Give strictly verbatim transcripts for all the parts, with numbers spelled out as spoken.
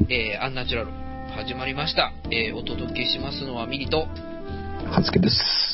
えー、アンナチュラル始まりました。えー、お届けしますのはミリと半助です。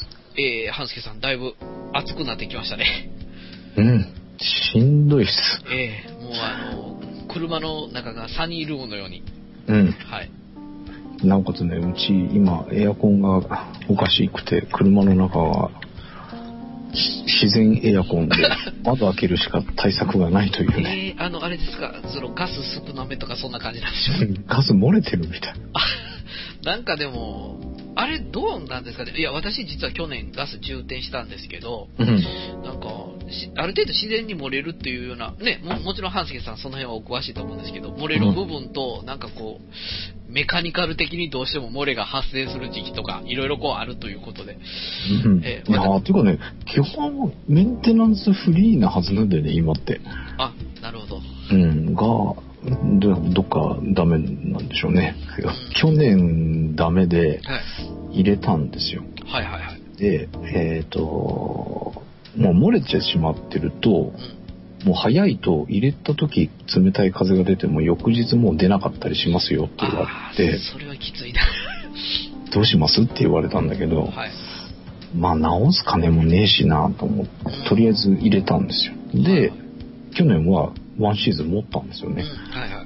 えー、半助さんだいぶ暑くなってきましたね。 うん、しんどいっす。 えー、もうあの車の中がサニールームのように。 うん。 はい。 なおかつね、うち今エアコンがおかしくて車の中は自然エアコンで窓開けるしか対策がないというね。 えー、あのあれですか、そのガス少なめとかそんな感じなんでしょう。 ガス漏れてるみたい。 なんかでもあれどうなんですかね。いや私実は去年ガス充填したんですけど、 うん、 なんかある程度自然に漏れるっていうようなね、 も, もちろん半助さんその辺はお詳しいと思うんですけど、漏れる部分となんかこうメカニカル的にどうしても漏れが発生する時期とかいろいろこうあるということで、 うん、えー、いやーていうかね、基本メンテナンスフリーなはずなんだよね今って。 あ、なるほど。 うんがどっかダメなんでしょうね。うん、去年ダメで入れたんですよ。 はいはいはい。 で、えっと、もう漏れてしまってると、うん、もう早いと入れた時冷たい風が出ても翌日もう出なかったりしますよって言われて、 それはきついな。 どうしますって言われたんだけど、はい、まあ直す金もねえしなと思って、とりあえず入れたんですよ。で、去年はワンシーズン持ったんですよね。 うんはいはい、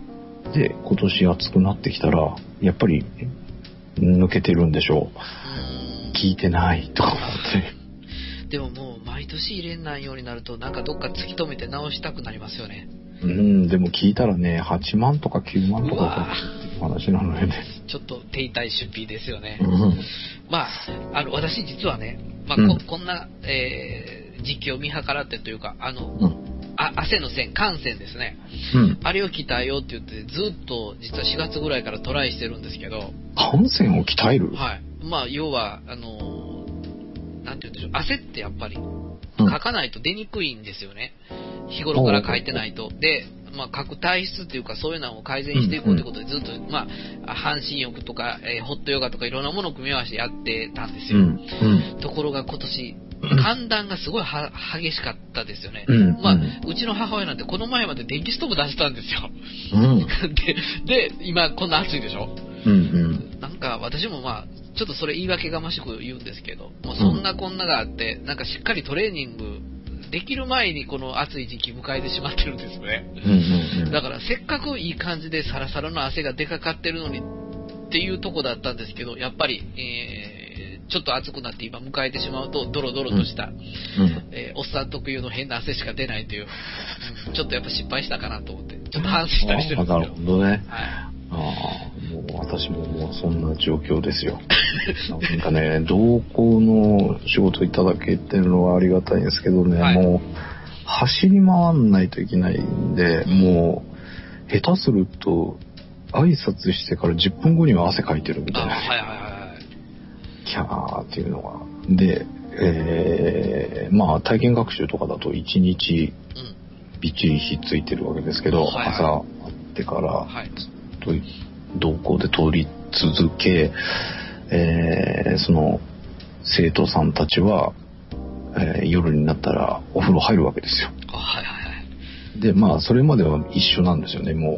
で、今年暑くなってきたら、やっぱり抜けてるんでしょう。う聞いてないとか思って。 でももう毎年入れないようになると、なんかどっか突き止めて直したくなりますよね。 うん、でも聞いたらね、はちまんとかきゅうまんとかかっていう話なのでね。 ちょっと手痛い出費ですよね。 うん、まあ、あの、私実はね、まあ、うん、こ, こんな、えー、実況を見計らってというか、あの、うんあ汗の線、汗腺ですね、うん、あれを鍛えようって言ってずっと実はしがつぐらいからトライしてるんですけど。 汗腺を鍛える？ はい。まあ要はあのなんて言うんでしょう、汗ってやっぱりかかないと出にくいんですよね、うん、日頃からかいてないと。で、まあ、かく体質っていうかそういうのを改善していこうということでずっと、まあ、半身浴とか、えー、ホットヨガとかいろんなものを組み合わせてやってたんですよ、うんうん、ところが今年寒暖がすごいは激しかったですよね、うん、まあ、うちの母親なんてこの前まで電気ストーブ出したんですよ、うん、で, で今こんな暑いでしょ、うんうん、なんか私もまあちょっとそれ言い訳がましく言うんですけど、もうそんなこんながあってなんかしっかりトレーニングできる前にこの暑い時期迎えてしまってるんですよね、うんうんうん、だからせっかくいい感じでサラサラの汗が出かかってるのにっていうとこだったんですけど、やっぱり、えー、ちょっと暑くなって今迎えてしまうとドロドロとした、うんうんえー、おっさん特有の変な汗しか出ないという、うん、ちょっとやっぱ失敗したかなと思ってちょっと反省したりしてるんですけど。 なるほどね、 はい、 あもう私ももうそんな状況ですよ。なんかね、同行の仕事いただけてるのはありがたいんですけどね、はい、もう走り回んないといけないんで、もう下手すると挨拶してからじゅっぷんごには汗かいてるみたいな、 はいはいはい、 キャーっていうのがで、えー、まあ体験学習とかだといちにちびっちりひっついてるわけですけど、うん、朝会ってから、はい、同行で通り続け、えー、その生徒さんたちは、えー、夜になったらお風呂入るわけですよ。 はいはいはい。 でまあそれまでは一緒なんですよね。もう、うん、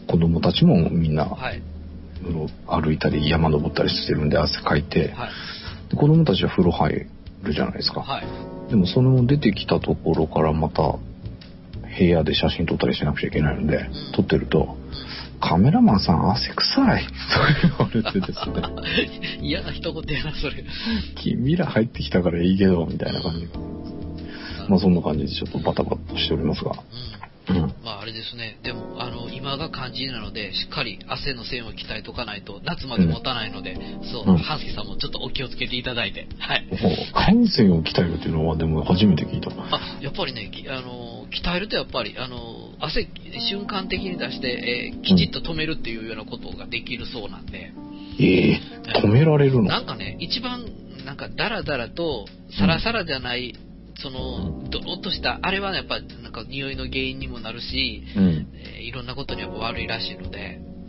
子供たちもみんな、はい、歩いたり山登ったりしてるんで汗かいて、はい、で子供たちは風呂入るじゃないですか。はい、でもその出てきたところからまた部屋で写真撮ったりしなくちゃいけないので、うん、撮ってると。カメラマンさん汗臭いと言われてですね嫌な一言やなそれ。 君ら入ってきたからいいけどみたいな感じ、まあそんな感じでちょっとバタバタしておりますが、 うんうん、まああれですね。でもあの今が肝心なのでしっかり汗の線を鍛えとかないと夏まで持たないので、うん、そう、うん、半助さんもちょっとお気をつけていただいて、はい。 汗腺を鍛えるっていうのはでも初めて聞いた。 あ、やっぱりね、あの鍛えるとやっぱりあの汗瞬間的に出して、えー、きちっと止めるっていうようなことができるそうなんで、 うん、えー、止められるの？ なんかね、一番なんかダラダラとサラサラじゃない、うん、そのドロッとしたあれは、ね、やっぱなんか匂いの原因にもなるし、うんえー、いろんなことにやっぱ悪いらしいので、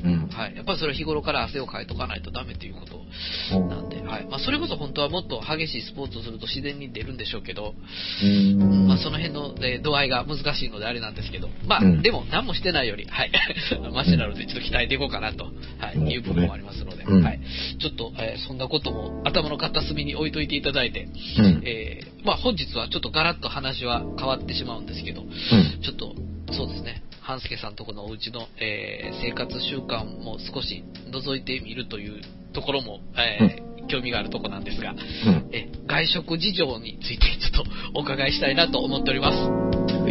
うん、 はい。やっぱりそれは日頃から汗をかいとかないとダメということなんで、はい。まあ、それこそ本当はもっと激しいスポーツをすると自然に出るんでしょうけど、 うんまあ、その辺の、えー、度合いが難しいのであれなんですけど、まあ、 うん、 でも何もしてないより、はい。マシなのでちょっと鍛えていこうかなと、はい、いう部分もありますので、 うん、 はい。ちょっと、えー、そんなことも頭の片隅に置いといていただいて、 うん、 えー、まあ、本日はちょっとガラッと話は変わってしまうんですけど、 うん、 ちょっと、そうですね。半助さんとこのお家の、えー、生活習慣も少し覗いてみるというところも、えーうん、興味があるところなんですが、 うん、 え外食事情についてちょっとお伺いしたいなと思っております。 はい。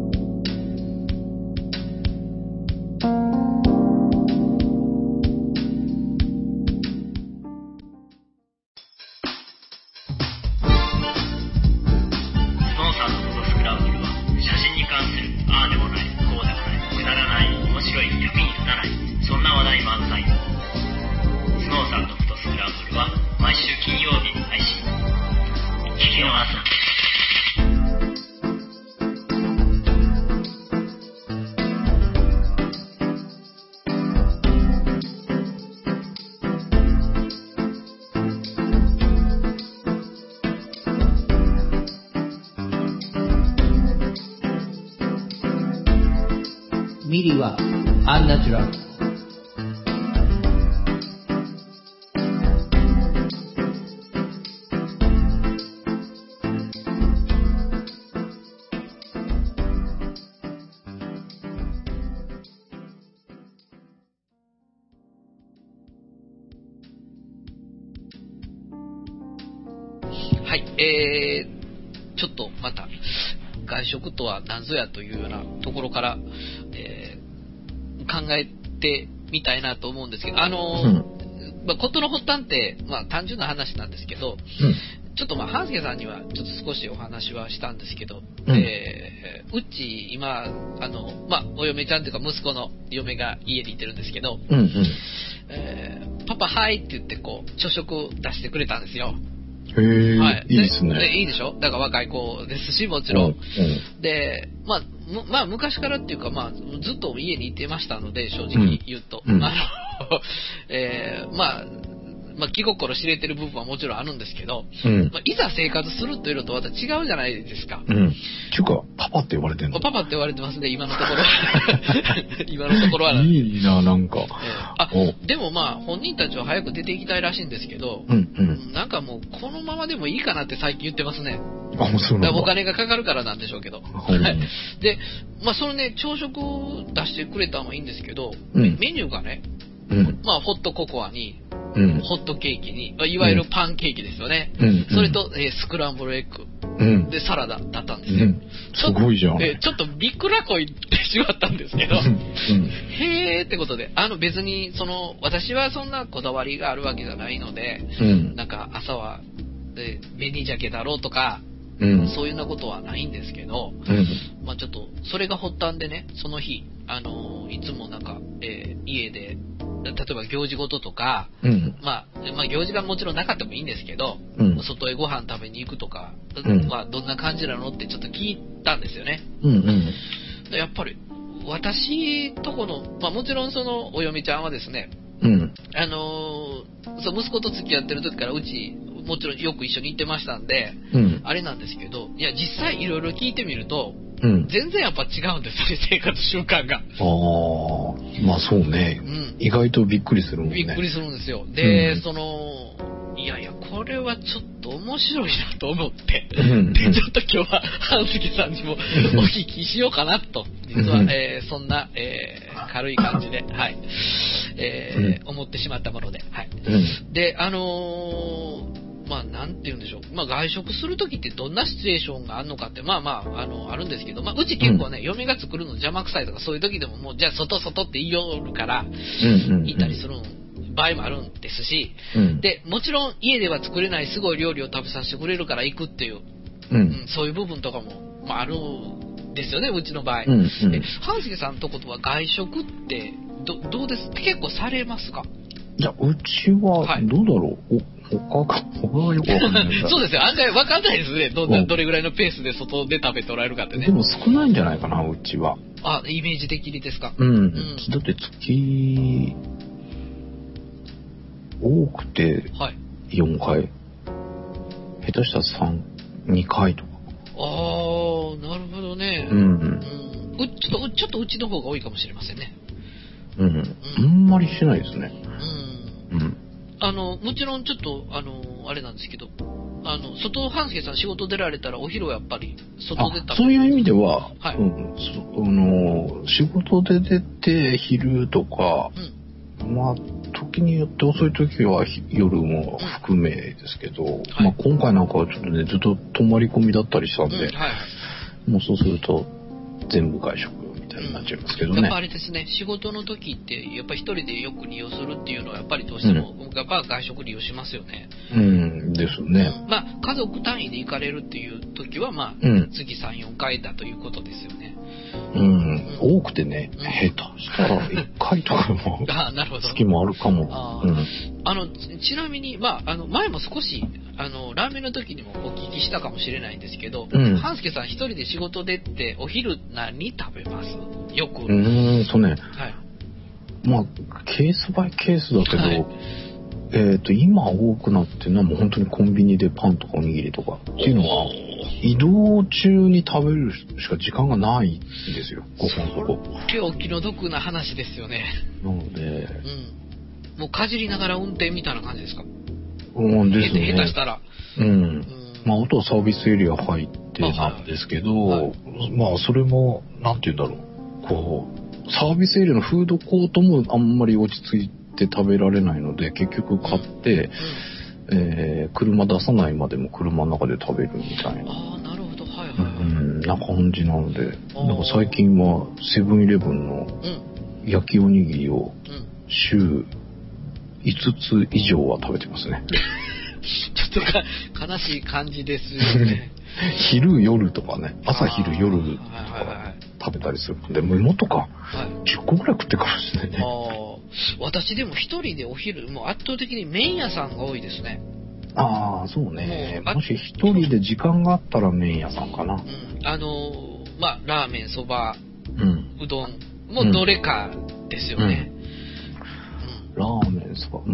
ミリはアンナチュラル。 はい、えー、ちょっとまた外食とは何ぞやというようなところから、えー、考えてみたいなと思うんですけど、あのーうんまあ、事の発端って、まあ、単純な話なんですけど、うん、ちょっとまあ半助さんにはちょっと少しお話はしたんですけど、うんえー、うち今あの、まあ、お嫁ちゃんというか息子の嫁が家にいてるんですけど、 うんうんえー、パパはいって言ってこう朝食出してくれたんですよ。 へー、はい、いいですね。 でいいでしょ。だから若い子ですし、もちろん。うんうん、で、まあ、まあ、昔からっていうか、まあ、ずっと家にいてましたので、正直言うと。うん、あの、えー、まあ、まあ、気心知れてる部分はもちろんあるんですけど、うんまあ、いざ生活するというのとまた違うじゃないですか。 うん。っていうか、パパって言われてんの？ パパって言われてますね、今のところは。今のところは。 いいな、なんか。えー、 あ、でもまあ、本人たちは早く出ていきたいらしいんですけど、 うんうん、 なんかもう、このままでもいいかなって最近言ってますね。 あ、そうなんだ。 お金がかかるからなんでしょうけど。で、まあ、そのね、朝食を出してくれたのはいいんですけど、うん、メニューがね、うん、まあ、ホットココアに、うん、ホットケーキに、いわゆるパンケーキですよね。うん、それと、えー、スクランブルエッグ、うん、で、サラダだったんですよ。うん、 すごいじゃん。 えー、ちょっとびっくらこいってしまったんですけど、うん、へーってことで、あの別に、その、私はそんなこだわりがあるわけじゃないので、うん、なんか朝は、で、紅鮭だろうとか、うん、そういうようなことはないんですけど、うん、まあちょっと、それが発端でね、その日、あのー、いつもなんか、えー、家で、例えば行事事とか、うん、まあ、まあ行事がもちろんなかったもいいんですけど、うん、外へご飯食べに行くとか、うん、まあどんな感じなのってちょっと聞いたんですよね。うんうん、やっぱり、私とこの、まあもちろんそのお嫁ちゃんはですね、うん、あのー、そう息子と付き合ってる時からうち、もちろんよく一緒に行ってましたんで、うん、あれなんですけど、いや実際いろいろ聞いてみると、うん、全然やっぱ違うんですよね、生活習慣が。ああ、まあそうね、うん。意外とびっくりするもんね。 びっくりするんですよ。で、うん、その、いやいや、これはちょっと面白いなと思って、うん、で、ちょっと今日は、半助さんにもお聞きしようかなと、実は、うん、えー、そんな、えー、軽い感じで、はい、えーうん、思ってしまったもので、はい。うん、で、あのー、まあ、なんて言うんでしょう。まあ、外食するときってどんなシチュエーションがあるのかって、まあまあ、あの、あるんですけど、まあ、うち結構ね、うん、嫁が作るの邪魔くさいとか、そういう時でももう、じゃあ、外外って言いよるから、行ったりする場合もあるんですし、うん、で、もちろん家では作れないすごい料理を食べさせてくれるから行くっていう、うんうん、そういう部分とかも、まあ、あるんですよね、うちの場合。うんうん、で、半助さんとことは外食って、ど、どうです？結構されますか？ いや、うちは、どうだろう、はい、他か、他はよくわかんない。 そうですよ。案外わかんないですね。ど、どれぐらいのペースで外で食べておられるかってね。 でも少ないんじゃないかな、うちは。 あ、イメージ的にですか。 うん。うん、だって月、多くてよんかい。はい、下手したらさん、にかいとか。 ああ、なるほどね。 うん。うん、 うちょっと、ちょっとうちの方が多いかもしれませんね。 うん。うん、あんまりしないですね。 うん。うん。あの、もちろんちょっと、あの、あれなんですけど、あの、外、半助さん仕事出られたらお昼はやっぱり外出た。 そういう意味では、 はい。 うん、そあの、仕事で出て昼とか、うん、まあ、時によって遅い時は夜も含めですけど、うん、はい、まあ今回なんかはちょっとね、ずっと泊まり込みだったりしたんで、うん、はいはい、もうそうすると全部外食みたいになっちゃいますけどね。 やっぱあれですね、仕事の時ってやっぱり一人でよく利用するっていうのはやっぱりどうしても、うん、やっぱ外食利用しますよね。 うんですね。 うん、まあ家族単位で行かれるっていう時はまあ、うん、月さん、よんかいだということですよね。 うん、うん、多くてね、うん、下手したらいっかいとかもあ、なるほど、 月もあるかも。 あ、うん、あのちなみに、まあ、あの前も少しあのラーメンの時にもお聞きしたかもしれないんですけど、うん、半助さん一人で仕事でってお昼何食べます？よく。 うーんとね、はい、まあケースバイケースだけど、はい、えっと今多くなってるのはもう本当にコンビニでパンとかおにぎりとかっていうのは移動中に食べるしか時間がないんですよ、ご飯とこ。 それお気の毒な話ですよね。 なので、 うん、もうかじりながら運転みたいな感じですか？ うんですね。 下手したら。 うん。うん、まああとはサービスエリア入ってなんですけど、はいはい、まあそれもなんて言うんだろう、こうサービスエリアのフードコートもあんまり落ち着いて食べられないので結局買って。うん、えー、車出さないまでも車の中で食べるみたいな。 ああ、なるほど、はいはい、はい。 うん、な感じなので、なんか最近はセブンイレブンの焼きおにぎりを週いつつ以上は食べてますね。 ちょっとか悲しい感じですよね。 昼夜とかね、朝昼夜とか食べたりするんで、もう妹か、はい、じゅっこぐらい食ってからですね。 あ、私でも一人でお昼、もう圧倒的に麺屋さんが多いですね。 ああ、そうね。も, もし一人で時間があったら麺屋さんかな。うん、 あのまあラーメン、そば、 うん、 うどんもどれかですよね。 うんうん、ラーメン、そば、うん、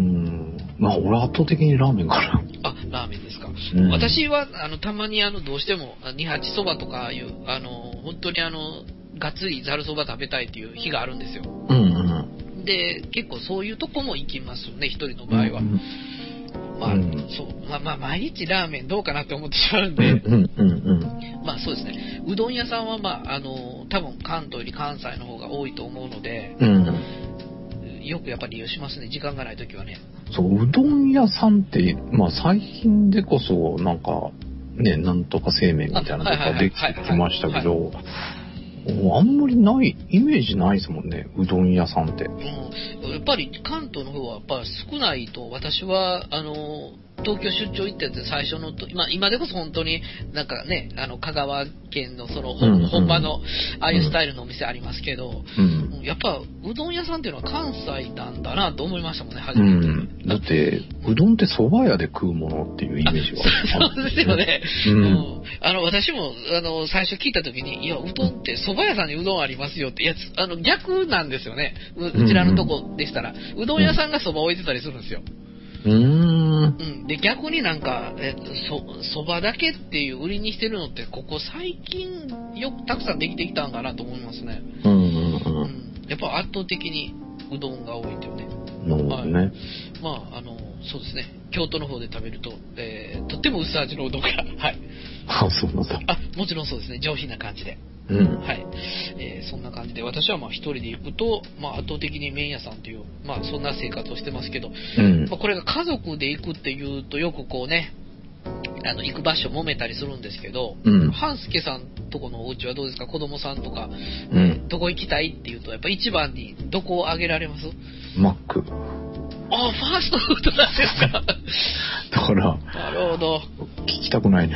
まあ俺圧倒的にラーメンかな。 あ、ラーメンですか。うん、私はあのたまにあのどうしてもにはちそばとかいうあの本当にあのがっつりざるそば食べたいっていう日があるんですよ。 うんうん、 で結構そういうとこも行きますね、一人の場合は。うん、まあ、うん、そうまあまあ毎日ラーメンどうかなって思ってしまうんで、 うんうんうん、 まあそうですね。うどん屋さんはまああの多分関東より関西の方が多いと思うので、 うん、 よくやっぱり利用しますね、時間がないときはね。 そう、うどん屋さんってまあ最近でこそなんかね、なんとか製麺みたいなのとかできてきましたけど。あんまりないイメージないですもんね、うどん屋さんって。うん、 やっぱり関東の方はやっぱ少ないと、私はあの東京出張行ってて最初のと今今でこそ本当になんかね、あの香川県のその本、うんうん、本場のああいうスタイルのお店ありますけど、うん、やっぱうどん屋さんっていうのは関西なんだなと思いましたもんね、初めて。うん、 だってうどんって蕎麦屋で食うものっていうイメージがある。そうですよね。うん、あの私もあの最初聞いた時に、いやうどんって蕎麦屋さんにうどんありますよって、いやあの逆なんですよね。う, うちらのとこでしたら、うんうん、うどん屋さんが蕎麦置いてたりするんですよ。 うーん、うん、で逆になんかえそばだけっていう売りにしてるのってここ最近よくたくさんできてきたんかなと思いますね。 うんうんうんうん、 やっぱ圧倒的にうどんが多いっていうね。 なるほどね。はい、 まああのそうですね、京都の方で食べると、えー、とっても薄味のうどんがはい。 あ、そうなんだ。 あ、もちろんそうですね、上品な感じで。 うん、 はい、えー、そんな感じで私はまあ一人で行くと、まあ、圧倒的に麺屋さんという、まあ、そんな生活をしてますけど、 うん、 まあ、これが家族で行くっていうとよくこうね、あの行く場所揉めたりするんですけど、 うん、 半助さんとこのお家はどうですか、子供さんとか、 うん、 どこ行きたいっていうとやっぱ一番にどこを挙げられます？ マック。 あ、ファーストフードなんですか。 だからなるほど、 聞きたくないね。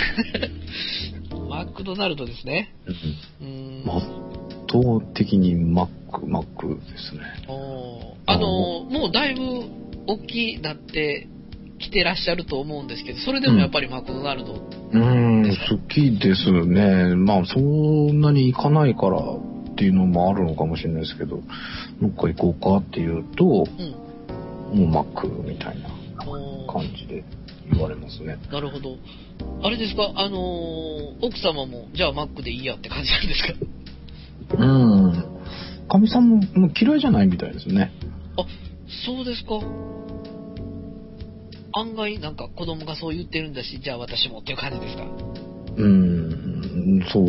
マクドナルドですね。 うん。圧倒的にマック、マックですね。 おあの、もうだいぶ大きいなって来てらっしゃると思うんですけど、それでもやっぱりマクドナルドですか？ うん、うん、好きですね。まあそんなに行かないからっていうのもあるのかもしれないですけど、どっか行こうかっていうと、うん、もうマックみたいな感じで言われますね。 なるほど。あれですか、あのー、奥様もじゃあマックでいいやって感じなんですか？ うん。かみさんももう嫌いじゃないみたいですね。 あ、そうですか。案外なんか子供がそう言ってるんだし、じゃあ私もっていう感じですか？ うーん、そう。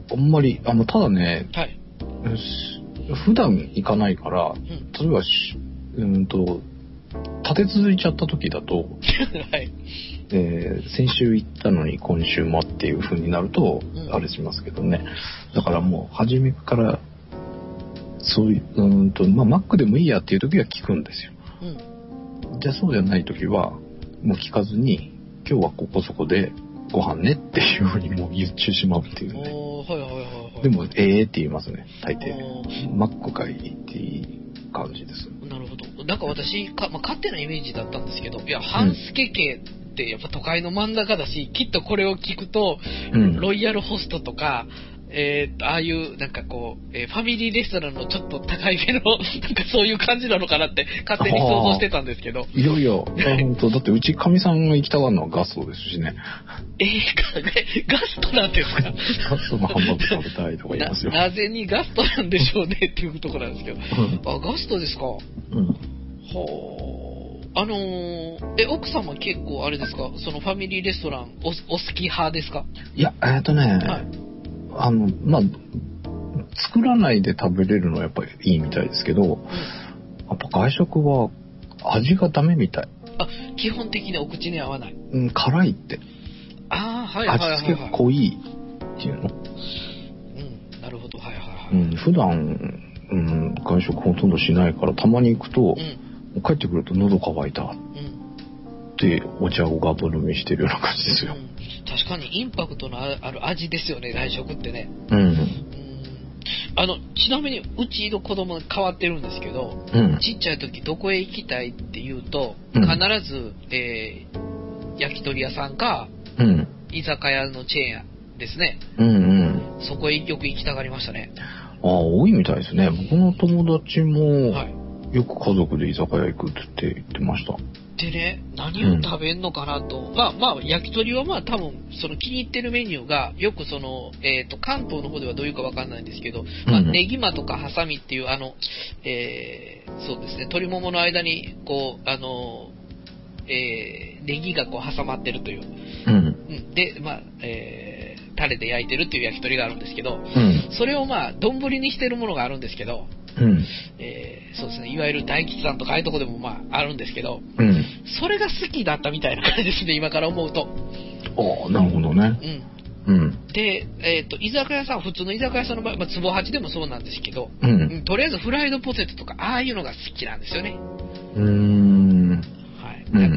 あんまり、あの、ただね、 はい。 普段行かないから、うん、例えばし、うんと、立て続いちゃった時だと、 はい。 えー、先週行ったのに今週もっていう風になると、うん、あれしますけどね。だからもう初めから、そういう、うんと、まあ、マックでもいいやっていう時は聞くんですよ。うん、じゃあそうじゃない時は、もう聞かずに、今日はここそこでご飯ねっていう風にもう言ってしまうっていうね。 はいはいはいはい。 でも、ええーって言いますね、大抵。マックかいっていい感じです。 なるほど。なんか私、かまあ、勝手なイメージだったんですけど、いや、半助家ってやっぱ都会の真ん中だし、きっとこれを聞くと、うん、ロイヤルホストとか、えー、ああいうなんかこう、えー、ファミリーレストランのちょっと高いめのなんかそういう感じなのかなって勝手に想像してたんですけど。 いやいや、本当だってうちかみさんが行きたがるのはガストですしね。 えー、ガストなんですか？ ガストのハンバーグ食べたいとか言いますよ。 な, なぜにガストなんでしょうねっていうところなんですけど。あ、ガストですか？うん。はあ。あのー、え、奥様結構あれですか？そのファミリーレストランお、お好き派ですか？ いや、えっとね、はい、あの、まあ、作らないで食べれるのはやっぱりいいみたいですけど、うん、やっぱ外食は味がダメみたい。 あ、基本的にお口に合わない。 うん、辛いって。 ああ、はいはいはい、はい。 味付けが濃いっていうの。 うん、なるほど、はいはいはい。 うん、普段、うん、外食ほとんどしないから、たまに行くと、うん、帰ってくると喉乾いた。うん、で、お茶をガブ飲みしてるような感じですよ。うん、 確かにインパクトのある味ですよね、外食ってね。 うん。うん、 あの、ちなみにうちの子供変わってるんですけど、うん、ちっちゃい時どこへ行きたいって言うと、必ず、えー、焼き鳥屋さんか、うん、居酒屋のチェーン屋ですね。うんうん。そこへよく行きたがりましたね。 ああ、多いみたいですね。僕の友達も、はい、よく家族で居酒屋行くって言ってました。 でね、何を食べんのかなと、うん、まあまあ焼き鳥はまあ多分その気に入ってるメニューがよくその、えっと関東の方ではどういうかわかんないんですけど、まあ、ネギマとかハサミっていうあの、えー、そうですね、鶏ももの間にこうあの、えー、ネギがこう挟まってるという、うん、でまあ、えー、タレで焼いてるっていう焼き鳥があるんですけど、うん、それをまあ丼にしてるものがあるんですけど、うん、えー、そうですね、いわゆる大吉さんとかああいうとこでもまああるんですけど、うん、それが好きだったみたいな感じですね、今から思うと。 ああ、なるほどね。 うん。うん、で、えっ、ー、と、居酒屋さん、普通の居酒屋さんの場合、まあ、壺八でもそうなんですけど、うん、とりあえずフライドポテトとか、ああいうのが好きなんですよね。 うーん。 はい。だ, うんうん、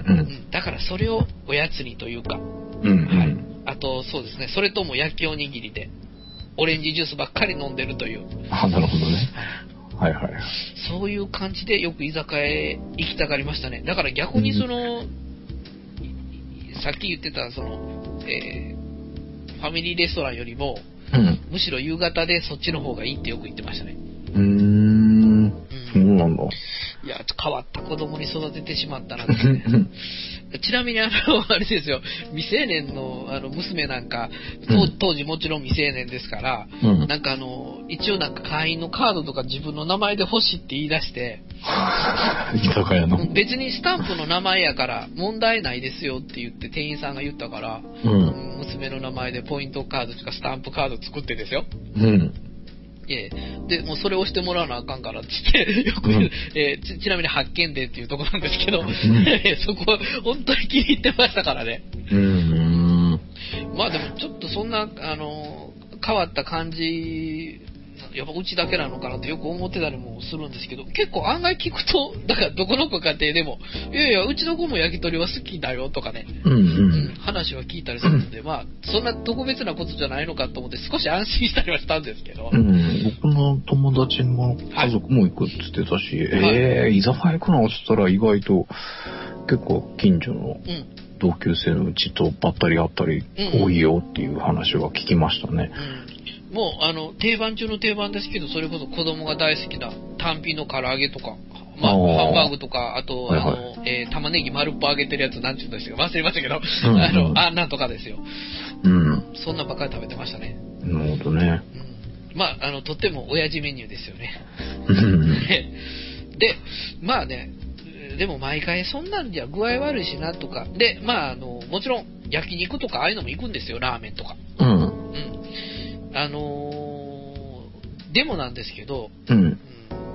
だからそれをおやつにというか、うんうん、はい。あと、そうですね、それとも焼きおにぎりで、オレンジジュースばっかり飲んでるという。 あ、なるほどね。はいはい。 そういう感じでよく居酒屋へ行きたがりましたね。だから逆にその、うん、さっき言ってたその、えー、ファミリーレストランよりも、うん、むしろ夕方でそっちの方がいいってよく言ってましたね。 うーん。うん、そうなんだ。 いや、変わった子供に育ててしまったなって、ね。ちなみにあの、あれですよ、未成年のあの娘なんか、当時もちろん未成年ですから、うん、なんかあの、一応なんか会員のカードとか自分の名前で欲しいって言い出して、 居酒屋の別にスタンプの名前やから問題ないですよって言って店員さんが言ったから、うん、娘の名前でポイントカードとかスタンプカード作ってですよ。うん。えー、で、もうそれをしてもらわなあかんからって言って、よく、うん、えー、ち、ちなみに発見デーっていうところなんですけど、うん、そこ、本当に気に入ってましたからね。うん。まあでも、ちょっとそんな、あの、変わった感じ、やっぱうちだけなのかなってよく思ってたりもするんですけど、結構案外聞くと、だからどこのご家庭でも、いやいや、うちの子も焼き鳥は好きだよとかね、うんうんうん、話は聞いたりするので、まあ、そんな特別なことじゃないのかと思って少し安心したりはしたんですけど。 うん、僕の友達の家族も行くって言ってたし、はい、えー、居酒屋行くのって言ったら意外と結構近所の同級生のうちとばったり会ったり多いよっていう話は聞きましたね。 うんうん、 もう、あの、定番中の定番ですけど、それこそ子供が大好きな単品の唐揚げとか、まあ、ハンバーグとか、あと、はいはい、あの、えー、玉ねぎ丸っぽ揚げてるやつ、なんて言うんですか、忘れましたけど、うんうん、あの、あ、なんとかですよ。うん。そんなばっかり食べてましたね。 なるほどね。 うん、まあ、あの、とっても親父メニューですよね。で、まあね、でも毎回そんなんじゃ具合悪いしなとか。で、まあ、あの、もちろん焼肉とかああいうのも行くんですよ、ラーメンとか。うん。うん。あのー、でもなんですけど、うん。うん、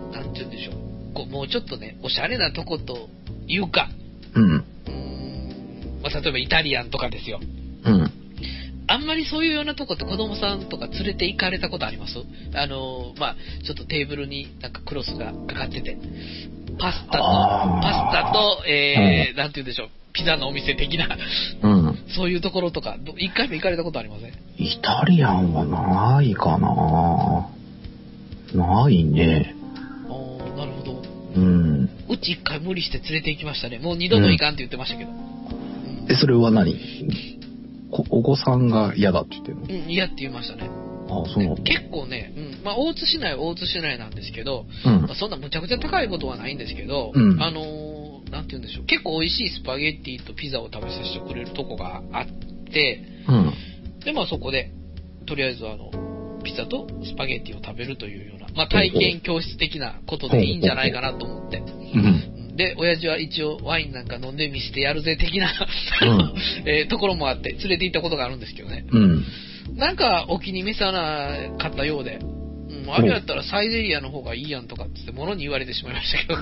なんて言うんでしょう。こうもうちょっとね、おしゃれなとこというか、うん。うーん、まあ、例えばイタリアンとかですよ。うん。あんまりそういうようなとこって子供さんとか連れて行かれたことあります？あのー、まあ、ちょっとテーブルになんかクロスがかかってて、パスタと、パスタと、えー、うん、なんて言うんでしょう、ピザのお店的な、うん、そういうところとか、一回も行かれたことありません？ イタリアンはないかな。ないね。 ああ、なるほど。 うん。 うち一回無理して連れて行きましたね。もう二度と行かんって言ってましたけど。うんうん、え、それは何？お子さんが嫌だって言ってるの？ うん、嫌って言いましたね。 ああ、そうなんだ。 結構ね、うん、まあ、大津市内は大津市内なんですけど、うんまあ、そんなむちゃくちゃ高いことはないんですけど、うん、あのー、なんて言うんでしょう、結構美味しいスパゲッティとピザを食べさせてくれるとこがあって、うん、で、まあそこで、とりあえずあの、ピザとスパゲッティを食べるというような、まあ体験教室的なことでいいんじゃないかなと思って。うんで、親父は一応ワインなんか飲んでみしてやるぜ的な、うんえー、ところもあって連れて行ったことがあるんですけどね。うん、なんかお気に召さなかったようで、うん、あれやったらサイゼリアの方がいいやんとかって物に言われてしまいましたけど。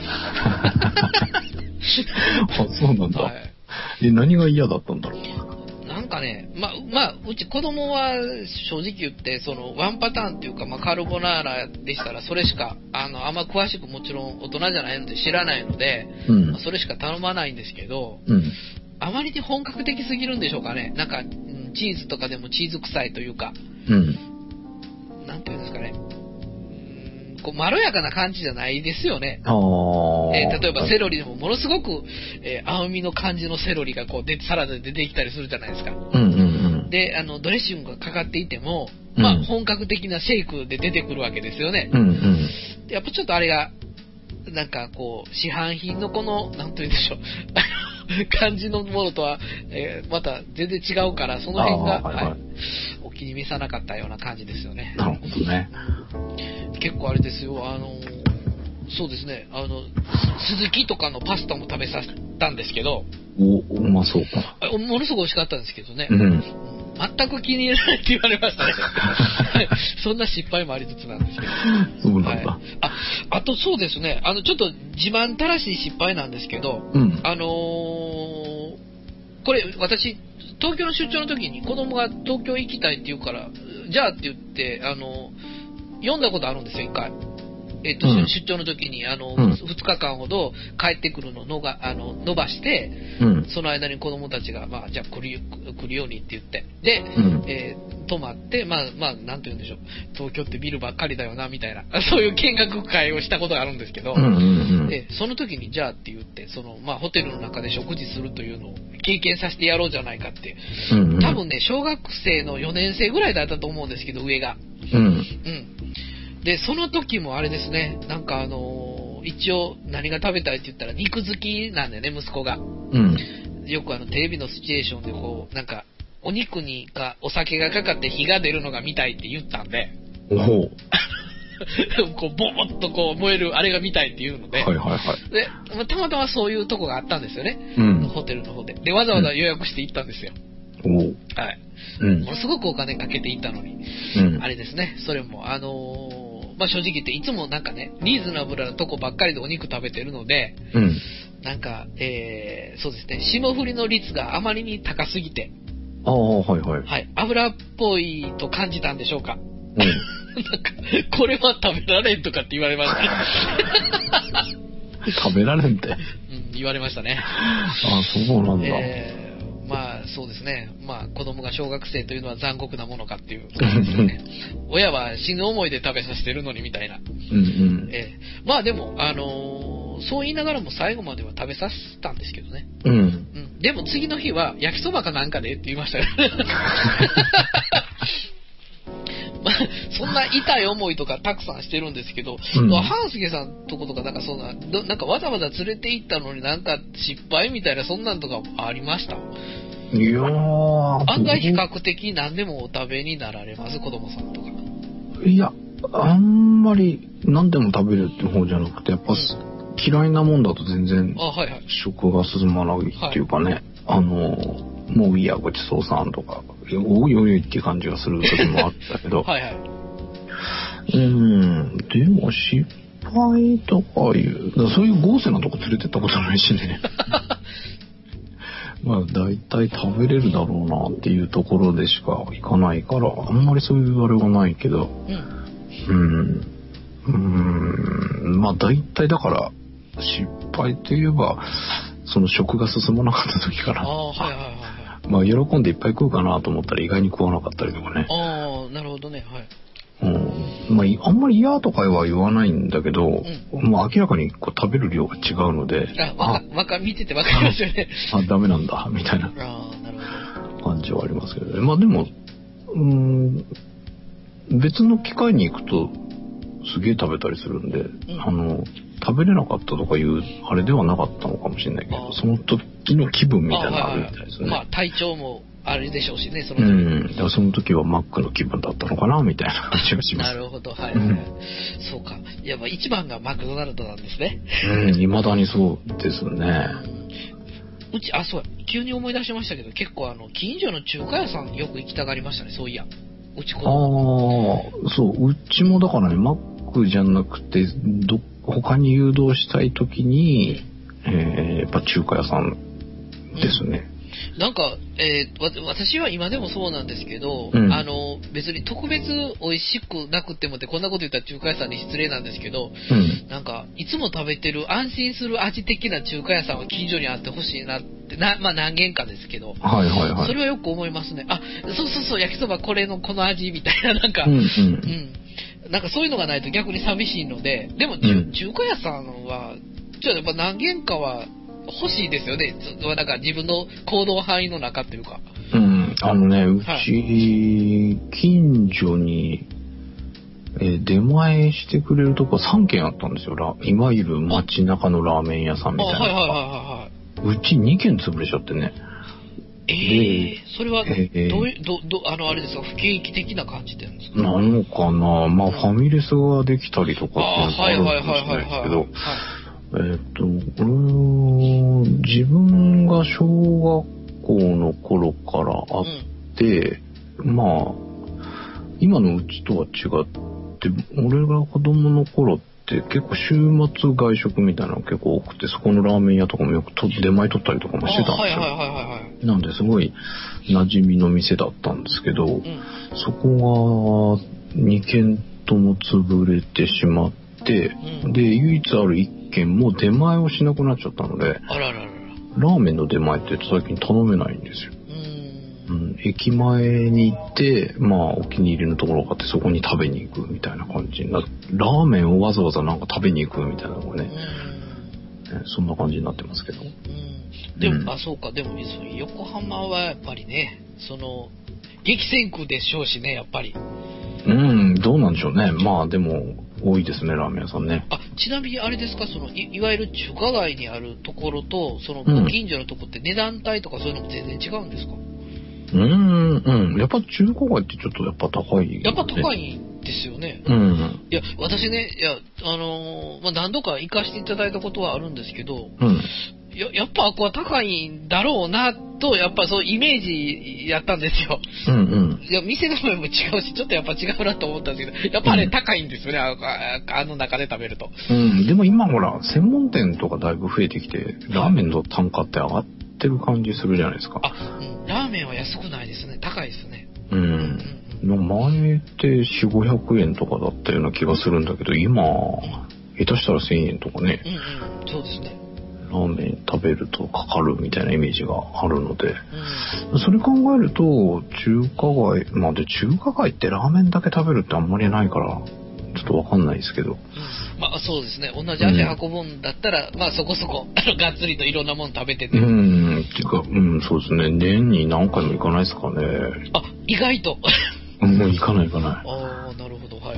あ、そうなんだ。はい、え、何が嫌だったんだろう。 なんかね、まあ、まあ、うち子供は正直言って、その、ワンパターンっていうか、まあ、カルボナーラでしたら、それしか、あの、あんま詳しくもちろん大人じゃないので知らないので、うん、まあ、それしか頼まないんですけど、うん、あまりに本格的すぎるんでしょうかね。なんか、うん、チーズとかでもチーズ臭いというか、うん、なんていうんですかね。こうまろやかな感じじゃないですよね。あえー、例えばセロリでもものすごく、えー、青みの感じのセロリがこうでサラダで出てきたりするじゃないですか。うんうんうん、で、あのドレッシングがかかっていても、まあ、本格的なシェイクで出てくるわけですよね。うんうん、でやっぱちょっとあれがなんかこう市販品のこのなんというんでしょう感じのものとは、えー、また全然違うからその辺が、はいはい、お気に召さなかったような感じですよね。 なるほどね。 結構あれですよ、あのそうですね、あの鈴木とかのパスタも食べさせたんですけど、 おうまそうか。 ものすごい美味しかったんですけどね、うん、全く気に入らないって言われましたね。そんな失敗もありつつなんですけど。 そうなんだ。はい、 あ、あとそうですね、あのちょっと自慢たらしい失敗なんですけど、うん、あのー、これ私東京の出張の時に子供が東京行きたいって言うから、じゃあって言ってあの読んだことあるんですよ、一回。えっと、うん、出張の時に、あの、うん、ふつかかんほど帰ってくるののが、あの、伸ばして、うん、その間に子供たちが、まあ、じゃあ来る、来るようにって言って、で、うん、えー、泊まって、まあ、まあ、なんて言うんでしょう、東京ってビルばっかりだよな、みたいな、そういう見学会をしたことがあるんですけど、うんうんうん、で、その時に、じゃあって言って、その、まあ、ホテルの中で食事するというのを経験させてやろうじゃないかって、うんうん、多分ね、小学生のよねん生ぐらいだったと思うんですけど、上が。うん。うんで、その時もあれですね、なんかあのー、一応何が食べたいって言ったら肉好きなんだよね、息子が。うん。よくあのテレビのシチュエーションでこう、なんか、お肉にかお酒がかかって火が出るのが見たいって言ったんで、おほう。こう、ボーっとこう燃えるあれが見たいって言うので、はいはいはい。で、たまたまそういうとこがあったんですよね。うん。ホテルの方で。で、わざわざ予約して行ったんですよ。うん、おはい。うん。ものすごくお金かけて行ったのに、うん。あれですね、それも、あのー、まあ、正直言っていつもなんかねリーズナブルなとこばっかりでお肉食べてるので、うん、なんか、えー、そうですね霜降りの率があまりに高すぎて、 ああはいはい、 はい、油っぽいと感じたんでしょうか、うん、なんかこれは食べられんとかって言われました、ね、 食べられんって、 うん、言われましたね。 ああそうなんだ、えーまあそうですね、まあ子供が小学生というのは残酷なものかっていう感じですよね。親は死ぬ思いで食べさせてるのにみたいな。うんうんえー、まあでも、あのー、そう言いながらも最後までは食べさせたんですけどね。うん。うん、でも次の日は焼きそばかなんかでって言いましたよ。まあんな痛い思いとかたくさんしてるんですけど、うん、半助さんとことかなんかそんな、なんかわざわざ連れて行ったのになんか失敗みたいなそんなんとかありました？ いやー。 案外比較的何でもお食べになられます、子供さんとか。 いや、あんまり何でも食べるって方じゃなくて、やっぱ、うん、嫌いなもんだと全然食が進まないっていうかね、はいはい、あの、もういいや、ごちそうさんとか、おいおいっていう感じがする時もあったけど、はいはい。うん、でも失敗とかいう、そういう豪勢なとこ連れてったことないしね。まあ大体食べれるだろうなっていうところでしか行かないから、あんまりそういうあれはないけど、うん、うん、うんまあ大体だから失敗といえばその食が進まなかった時から、あ、はいはいはい、まあ喜んでいっぱい食うかなと思ったら意外に食わなかったりとかね。 ああ、なるほどね、はい。 うん、まああんまり嫌とかは言わないんだけど、うん、もう明らかにこう食べる量が違うので、 あ、わか、わか見ててわかりますよね。 あ、ダメなんだみたいな感じはありますけどね。まあでも、うーん、別の機会に行くとすげえ食べたりするんで、うん、あの食べれなかったとかいうあれではなかったのかもしれないけど、その時の気分みたいなのがあるみたいですね。 まあ体調もあれでしょうしね、その時。 うん、だからその時はマックの気分だったのかなみたいな感じがします。 なるほど、はい、はい、うん、そうか。いや、まあ一番がマクドナルドなんですね。 うん、未だにそうですね。 うち、あ、そう、急に思い出しましたけど、結構あの近所の中華屋さんよく行きたがりましたね、そういや。うちこああ、そう、うちもだからね、マックじゃなくて、ど他に誘導したい時に、えー、やっぱ中華屋さんですね。 うん、なんか、えー、私は今でもそうなんですけど、うん、あの別に特別美味しくなくてもってこんなこと言ったら中華屋さんに失礼なんですけど、うん、なんかいつも食べてる安心する味的な中華屋さんは近所にあってほしいなってな、まあ何軒かですけど、 はいはいはい、 それはよく思いますね。あ、そうそうそう、焼きそばこれのこの味みたいな、なんか、うん、うんうん、なんかそういうのがないと逆に寂しいので、でも、うん、中華屋さんはちょっとやっぱ何軒かは欲しいですよね。なんか自分の行動範囲の中っていうか。 うん、あのね、うち、はい、近所に、えー、出前してくれるとこさん軒あったんですよ。いわゆる街中のラーメン屋さんみたいな。はいはいはいはい。うちに軒潰れちゃってね。 えー、それはどういう、どどあのあれですか、不景気的な感じでなんですか。 なのかな、まあ、うん、ファミレスができたりとかっていうのがあるかもしれないですけど。えー、っと、自分が小学校の頃からあって、うん、まあ、今のうちとは違って、俺が子供の頃って結構週末外食みたいなの結構多くて、そこのラーメン屋とかもよくと出前取ったりとかもしてたんですよ。はいはいはいはい、なんですごい馴染みの店だったんですけど、うん、そこがに軒とも潰れてしまって、うん、で、唯一あるいっ軒も出前をしなくなっちゃったので、 あらららら、 ラーメンの出前って最近頼めないんですよ。うん、駅前に行って、まあお気に入りのところがあってそこに食べに行くみたいな感じになって、ラーメンをわざわざなんか食べに行くみたいなのがね、うん、そんな感じになってますけど。うん、 でも、うん、あ、そうか、でも横浜はやっぱりね、その激戦区でしょうしね、やっぱり。 うん、どうなんでしょうね。まあでも多いですね、ラーメン屋さんね。 あ、ちなみにあれですか、その い, いわゆる中華街にあるところとそのご近所のところって値段帯とかそういうのも全然違うんですか？ うーん、うん、やっぱ中華街ってちょっとやっぱ高い、ね。 やっぱ高いですよね。 うん。 いや、私ね、いや、あのー、まあ、何度か行かせていただいたことはあるんですけど、うん。や, やっぱあこは高いんだろうなと、やっぱそうイメージやったんですよ。うんうん。いや、店の前も違うし、ちょっとやっぱ違うなと思ったんですけど、やっぱあれ高いんですよね、うん、あ, あの中で食べると。 うん、でも今ほら、専門店とかだいぶ増えてきて、ラーメンの単価って上がってる感じするじゃないですか。 あ、うん、ラーメンは安くないですね、高いですね。 うん。うん、前ってよんひゃくごひゃくえんとかだったような気がするんだけど、今、下手したらせんえんとかね。 うんうん、そうですね。 ラーメン食べるとかかるみたいなイメージがあるので、うん、それ考えると中華街、まあで中華街ってラーメンだけ食べるってあんまりないからちょっとわかんないですけど、うん、 まあそうですね、同じ足運ぶんだったら、うん、まあそこそこがっつりといろんなもの食べてて、 うんっていうか、うんそうですね、年に何回も行かないですかね。 あ、意外ともう行かない行かない。 ああ、なるほど、はい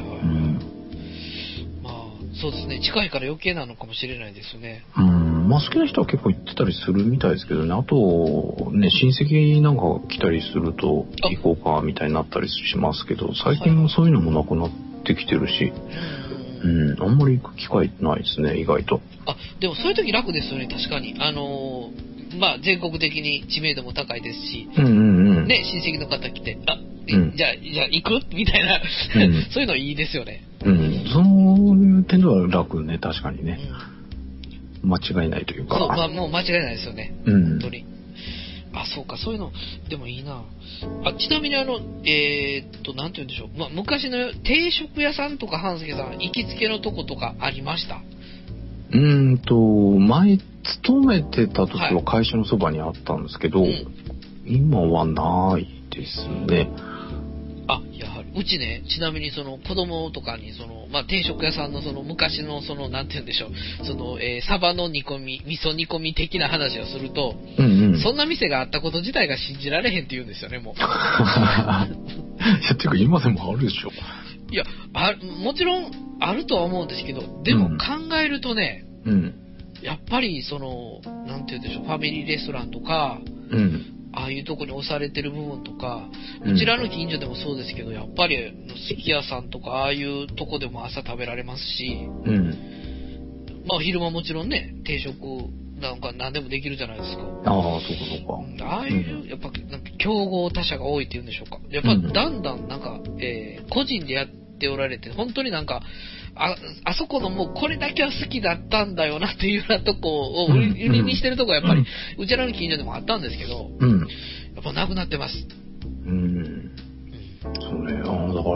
そうですね。近いから余計なのかもしれないですね。 うん。まあ好きな人は結構行ってたりするみたいですけどね。あと、ね、親戚なんか来たりすると行こうかみたいになったりしますけど、最近はそういうのもなくなってきてるし、うん、あんまり行く機会ないですね、意外と。 あ、でもそういう時楽ですよね、確かに。あのー、まあ全国的に知名度も高いですし、 うんうんうん。 ね、親戚の方来て、あ、 うん、 じゃあ、じゃあ行くみたいな、うん、そういうのいいですよね。 うん、そういう点では楽ね、確かにね。うん、間違いないというか。 そう、まあもう間違いないですよね。うん、本当に。あ、そうか、そういうの、でもいいな。あ、ちなみにあの、えー、っと、なんて言うんでしょう。まあ、昔の定食屋さんとか、半助さん、行きつけのとことかありました？ うーんと、前、勤めてた時は会社のそばにあったんですけど、はい、うん、今はないですね。 あ、やはり。うちね、ちなみにその子供とかにその、まあ、定食屋さんのその昔のその、なんて言うんでしょう、その、えー、サバの煮込み、味噌煮込み的な話をすると、うんうん、そんな店があったこと自体が信じられへんって言うんですよね、もう。いや、ていうか今でもあるでしょ。 いや、あ、もちろんあるとは思うんですけど、でも考えるとね、うん、やっぱりその、なんて言うんでしょう、ファミリーレストランとか、うん、ああいうとこに押されてる部分とか、うちらの近所でもそうですけど、やっぱりすき家さんとかああいうとこでも朝食べられますし、うん、まあ昼間もちろんね、定食なんか何でもできるじゃないですか。 ああ、そうかそうか。 ああいう、やっぱなんか競合他社が多いっていうんでしょうか。やっぱだんだんなんか、えー、個人でやっておられて、本当になんか、あ、あそこのもうこれだけは好きだったんだよなっていうようなとこを売り、売りにしてるとこはやっぱり、うん、うちらの近所でもあったんですけど、うん、やっぱなくなってます。 うん。うん、そうね。あ、だから、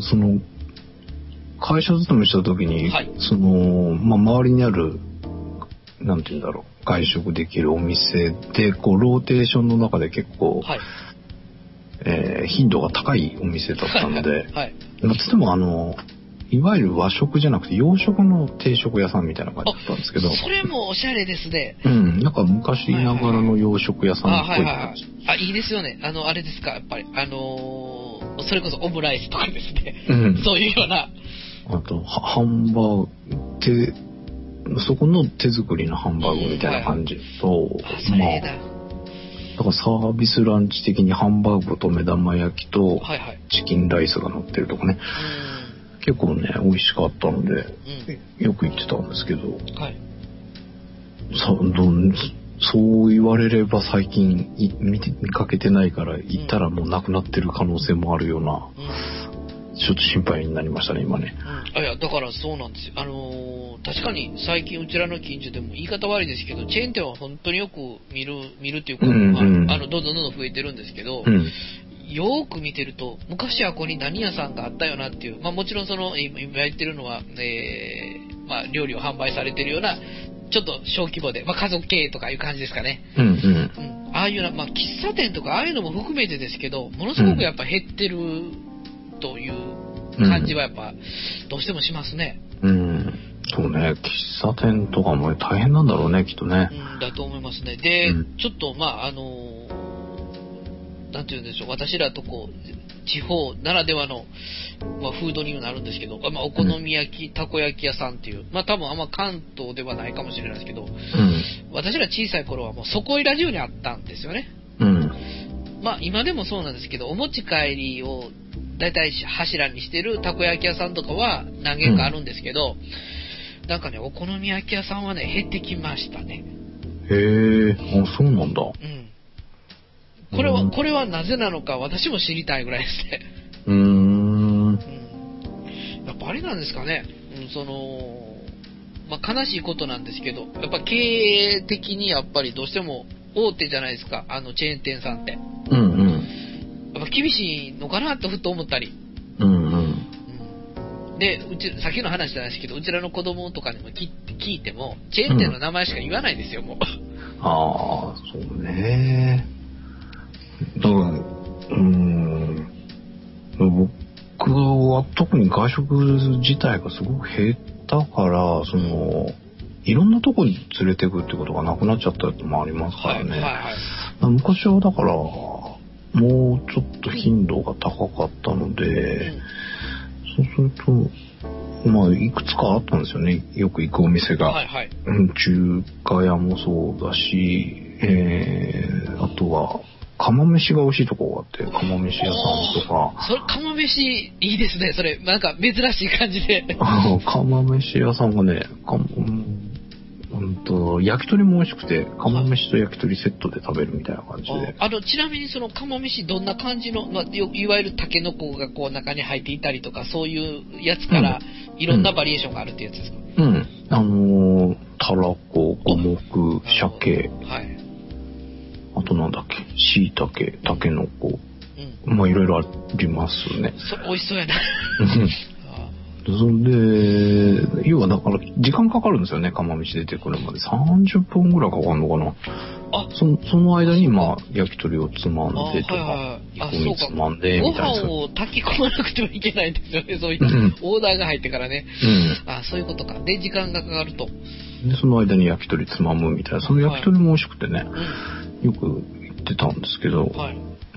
その、会社勤めした時に、はい、その、まあ、周りにある、なんて言うんだろう、外食できるお店で、こう、ローテーションの中で結構、はい、えー、頻度が高いお店だったので、はいはい、つってもあの、いわゆる和食じゃなくて洋食の定食屋さんみたいな感じだったんですけど。 それもおしゃれですね。 うん。なんか昔ながらの洋食屋さんっぽい感じ。 あ、いいですよね。あの、あれですか、やっぱり。あのー、それこそオムライスとかですね。うん。そういうような。 あと、ハンバーグ、手、そこの手作りのハンバーグみたいな感じと、うん、はい、あ、それだ。まあだからサービスランチ的にハンバーグと目玉焼きとチキンライスが乗ってるとかね、はいはい、結構ね美味しかったので、うん、よく行ってたんですけど、はい、さどそう言われれば最近見て見かけてないから行ったらもうなくなってる可能性もあるような、うん、ちょっと心配になりましたね今ね、 うん、あいやだからそうなんですよ。あのー確かに最近うちらの近所でも言い方悪いですけどチェーン店は本当によく見る見るっていうか、うんうん、あのどんどんどんどん増えてるんですけど、うん、よーく見てると昔はここに何屋さんがあったよなっていう、まあ、もちろんその今言ってるのは、えーまあ、料理を販売されてるようなちょっと小規模で、まあ、家族経営とかいう感じですかね、うんうんうん、ああいうような、まあ、喫茶店とかああいうのも含めてですけどものすごくやっぱ減ってるという感じはやっぱどうしてもしますね。 うん、そうね、喫茶店とかも大変なんだろうね、きっとね。 うん、だと思いますね。で、うん、ちょっとまああのなんていうんでしょう、私らとこう地方ならではの、まあ、フードにはなるんですけど、まあ、お好み焼き、うん、たこ焼き屋さんっていう、まあ多分あんま関東ではないかもしれないですけど、うん、私ら小さい頃はもうそこいら中にあったんですよね。うん、まあ今でもそうなんですけど、お持ち帰りをだいたい柱にしてるたこ焼き屋さんとかは何軒かあるんですけど、うん、なんかねお好み焼き屋さんはね減ってきましたね。 へえ、あ、そうなんだ。うん。 これは、うん、これはなぜなのか私も知りたいぐらいですね。 うーん。うん。 やっぱあれなんですかね。うん、その、まあ悲しいことなんですけど、やっぱ経営的にやっぱりどうしても大手じゃないですか、あのチェーン店さんって。うんうん。やっぱ厳しいのかなとふと思ったり、うんうん、でうちさっきの話じゃないですけどうちらの子供とかにも聞いてもチェーン店の名前しか言わないですよ、うん、もうああそうね。だからうーん僕は特に外食自体がすごく減ったからそのいろんなとこに連れてくってことがなくなっちゃったってのもありますからね、はいはいはい、昔はだからもうちょっと頻度が高かったので、うん、そうするとまあいくつかあったんですよね。よく行くお店が、 はいはい、 中華屋もそうだし、えー、あとは釜飯が美味しいとこがあって、釜飯屋さんとか。 それ釜飯いいですね。それなんか珍しい感じで。 釜飯屋さんがね、かうんと焼き鳥も美味しくて、釜飯と焼き鳥セットで食べるみたいな感じで。 あのちなみにその釜飯どんな感じの、まあ、いわゆるタケノコがこう中に入っていたりとか、そういうやつからいろんなバリエーションがあるっていうやつですか？ うん、うん、あのー、たらこ、五目、鮭、はい、あとなんだっけ、椎茸、タケノコ、うん、まあいろいろありますね。 それ美味しそうやな。 それで、要はだから時間かかるんですよね、釜飯出てくるまで。さんじゅっぷんぐらいかかるのかな。あ、そ, その間にまあ焼き鳥をつまんでとか、はいはい、煮込みつまんでみたいな。 ご飯を炊き込まなくてはいけないんですよね、そういう、うん、オーダーが入ってからね。うん、あ、そういうことか。で時間がかかると。でその間に焼き鳥つまむみたいな。その焼き鳥も美味しくてね、はい、よく行ってたんですけど、はい、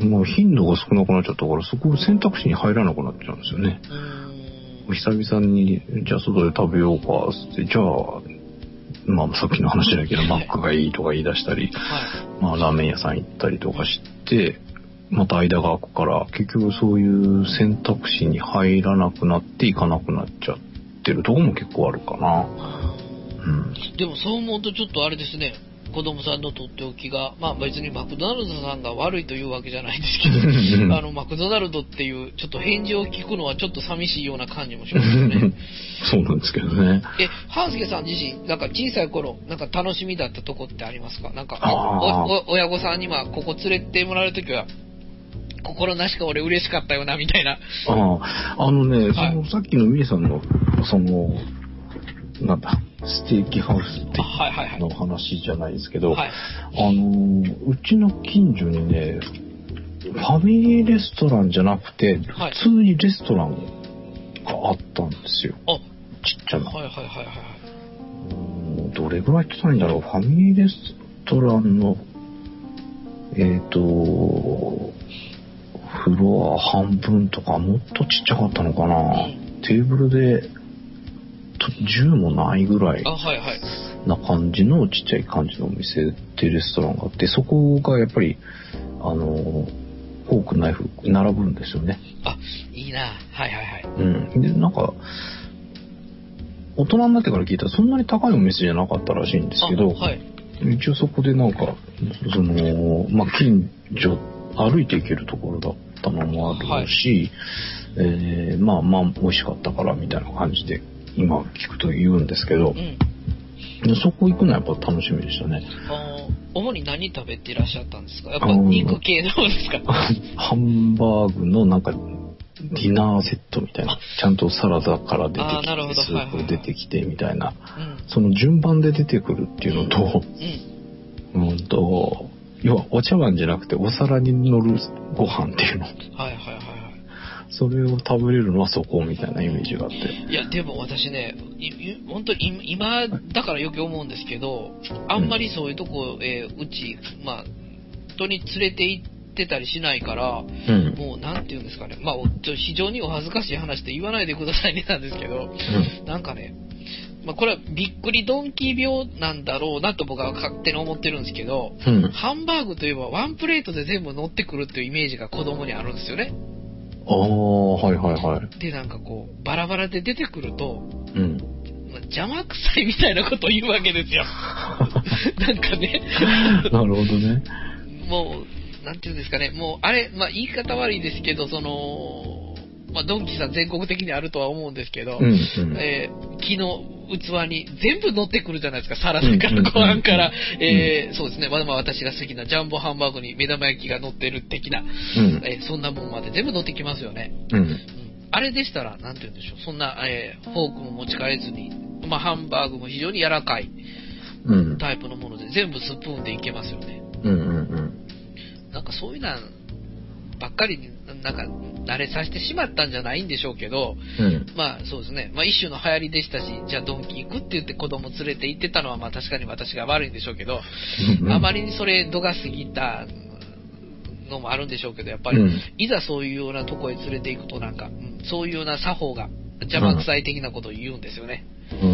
もう頻度が少なくなっちゃったから、そこ選択肢に入らなくなっちゃうんですよね。うん、久々にじゃあ外で食べようかって、じゃあまあさっきの話だけどマックがいいとか言い出したり、はい、まあラーメン屋さん行ったりとかしてまた間が空くから、結局そういう選択肢に入らなくなっていかなくなっちゃってるところも結構あるかな。 うん、でもそう思うとちょっとあれですね、子供さんのとっておきが、まあ別にマクドナルドさんが悪いというわけじゃないですけど、あのマクドナルドっていうちょっと返事を聞くのはちょっと寂しいような感じもしますよね。 そうなんですけどね。 え、半助さん自身なんか小さい頃なんか楽しみだったとこってありますか？なんかおお親御さんにまあここ連れてもらえるときは心なしか俺嬉しかったよなみたいな。 ああ、あのね、はい、そのさっきのミエさんのそのなんだステーキハウスっての話じゃないですけど、はいはいはい、あのうちの近所にねファミリーレストランじゃなくて、はい、普通にレストランがあったんですよ。あ、ちっちゃな。はいはいはいはい。どれぐらい行ってたんだろう。ファミリーレストランのえっ、ー、とフロア半分とかもっとちっちゃかったのかな。テーブルでじゅうもないぐらいな感じのちっちゃい感じのお店でレストランがあって、そこがやっぱりあのフォークナイフ並ぶんですよね。 あ、いいな。はいはいはい。 うん。でなんか大人になってから聞いたらそんなに高いお店じゃなかったらしいんですけど、はい、一応そこでなんかそのまあ近所歩いて行けるところだったのもあるし、はい、えー、まあまあ美味しかったからみたいな感じで今聞くと言うんですけど、うん、そこ行くのはやっぱ楽しみでしたね。 あ、主に何食べていらっしゃったんですか？やっぱ肉系の方ですか？ ハンバーグのなんかディナーセットみたいな、ちゃんとサラダから出てきてスープ出てきてみたいな、はいはいはい、その順番で出てくるっていうのと、うん、うんと要はお茶碗じゃなくてお皿に乗るご飯っていうの、はいはいはい、それを食べれるのはそこみたいなイメージがあって。 いやでも私ね、本当に今だから余計思うんですけど、あんまりそういうとこ、えー、うちまあ人に連れて行ってたりしないから、うん、もうなんていうんですかね、まあ非常にお恥ずかしい話って言わないでくださいねなんですけど、うん、なんかね、まあ、これはびっくりドンキー病なんだろうなと僕は勝手に思ってるんですけど、うん、ハンバーグといえばワンプレートで全部乗ってくるっていうイメージが子供にあるんですよね。 ああ、はいはいはい。 でなんかこうバラバラで出てくると、うん、まあ、邪魔くさいみたいなことを言うわけですよ。なんかね。 なるほどね。 もうなんていうんですかね、もうあれ、まあ、言い方悪いですけど、その、まあ、ドンキさん全国的にあるとは思うんですけど、うんうん、えー、木の器に全部乗ってくるじゃないですか。サラダからご飯から、えー、そうですね、まあ、まあ私が好きなジャンボハンバーグに目玉焼きが乗ってる的な、うん、えー、そんなもんまで全部乗ってきますよね。うんうん、あれでしたらなんて言うんでしょう、そんな、えー、フォークも持ち帰れずに、まあ、ハンバーグも非常に柔らかいタイプのもので全部スプーンでいけますよね。うんうんうん、なんかそういうのばっかりになんか慣れさせてしまったんじゃないんでしょうけど、うん、まあそうですね、まあ一種の流行りでしたし、じゃあドンキ行くって言って子供連れて行ってたのはまあ確かに私が悪いんでしょうけど、うんうん、あまりにそれ度が過ぎたのもあるんでしょうけど、やっぱり、うん、いざそういうようなとこへ連れて行くとなんか、うん、そういうような作法が邪魔くさい的なことを言うんですよね。 うん、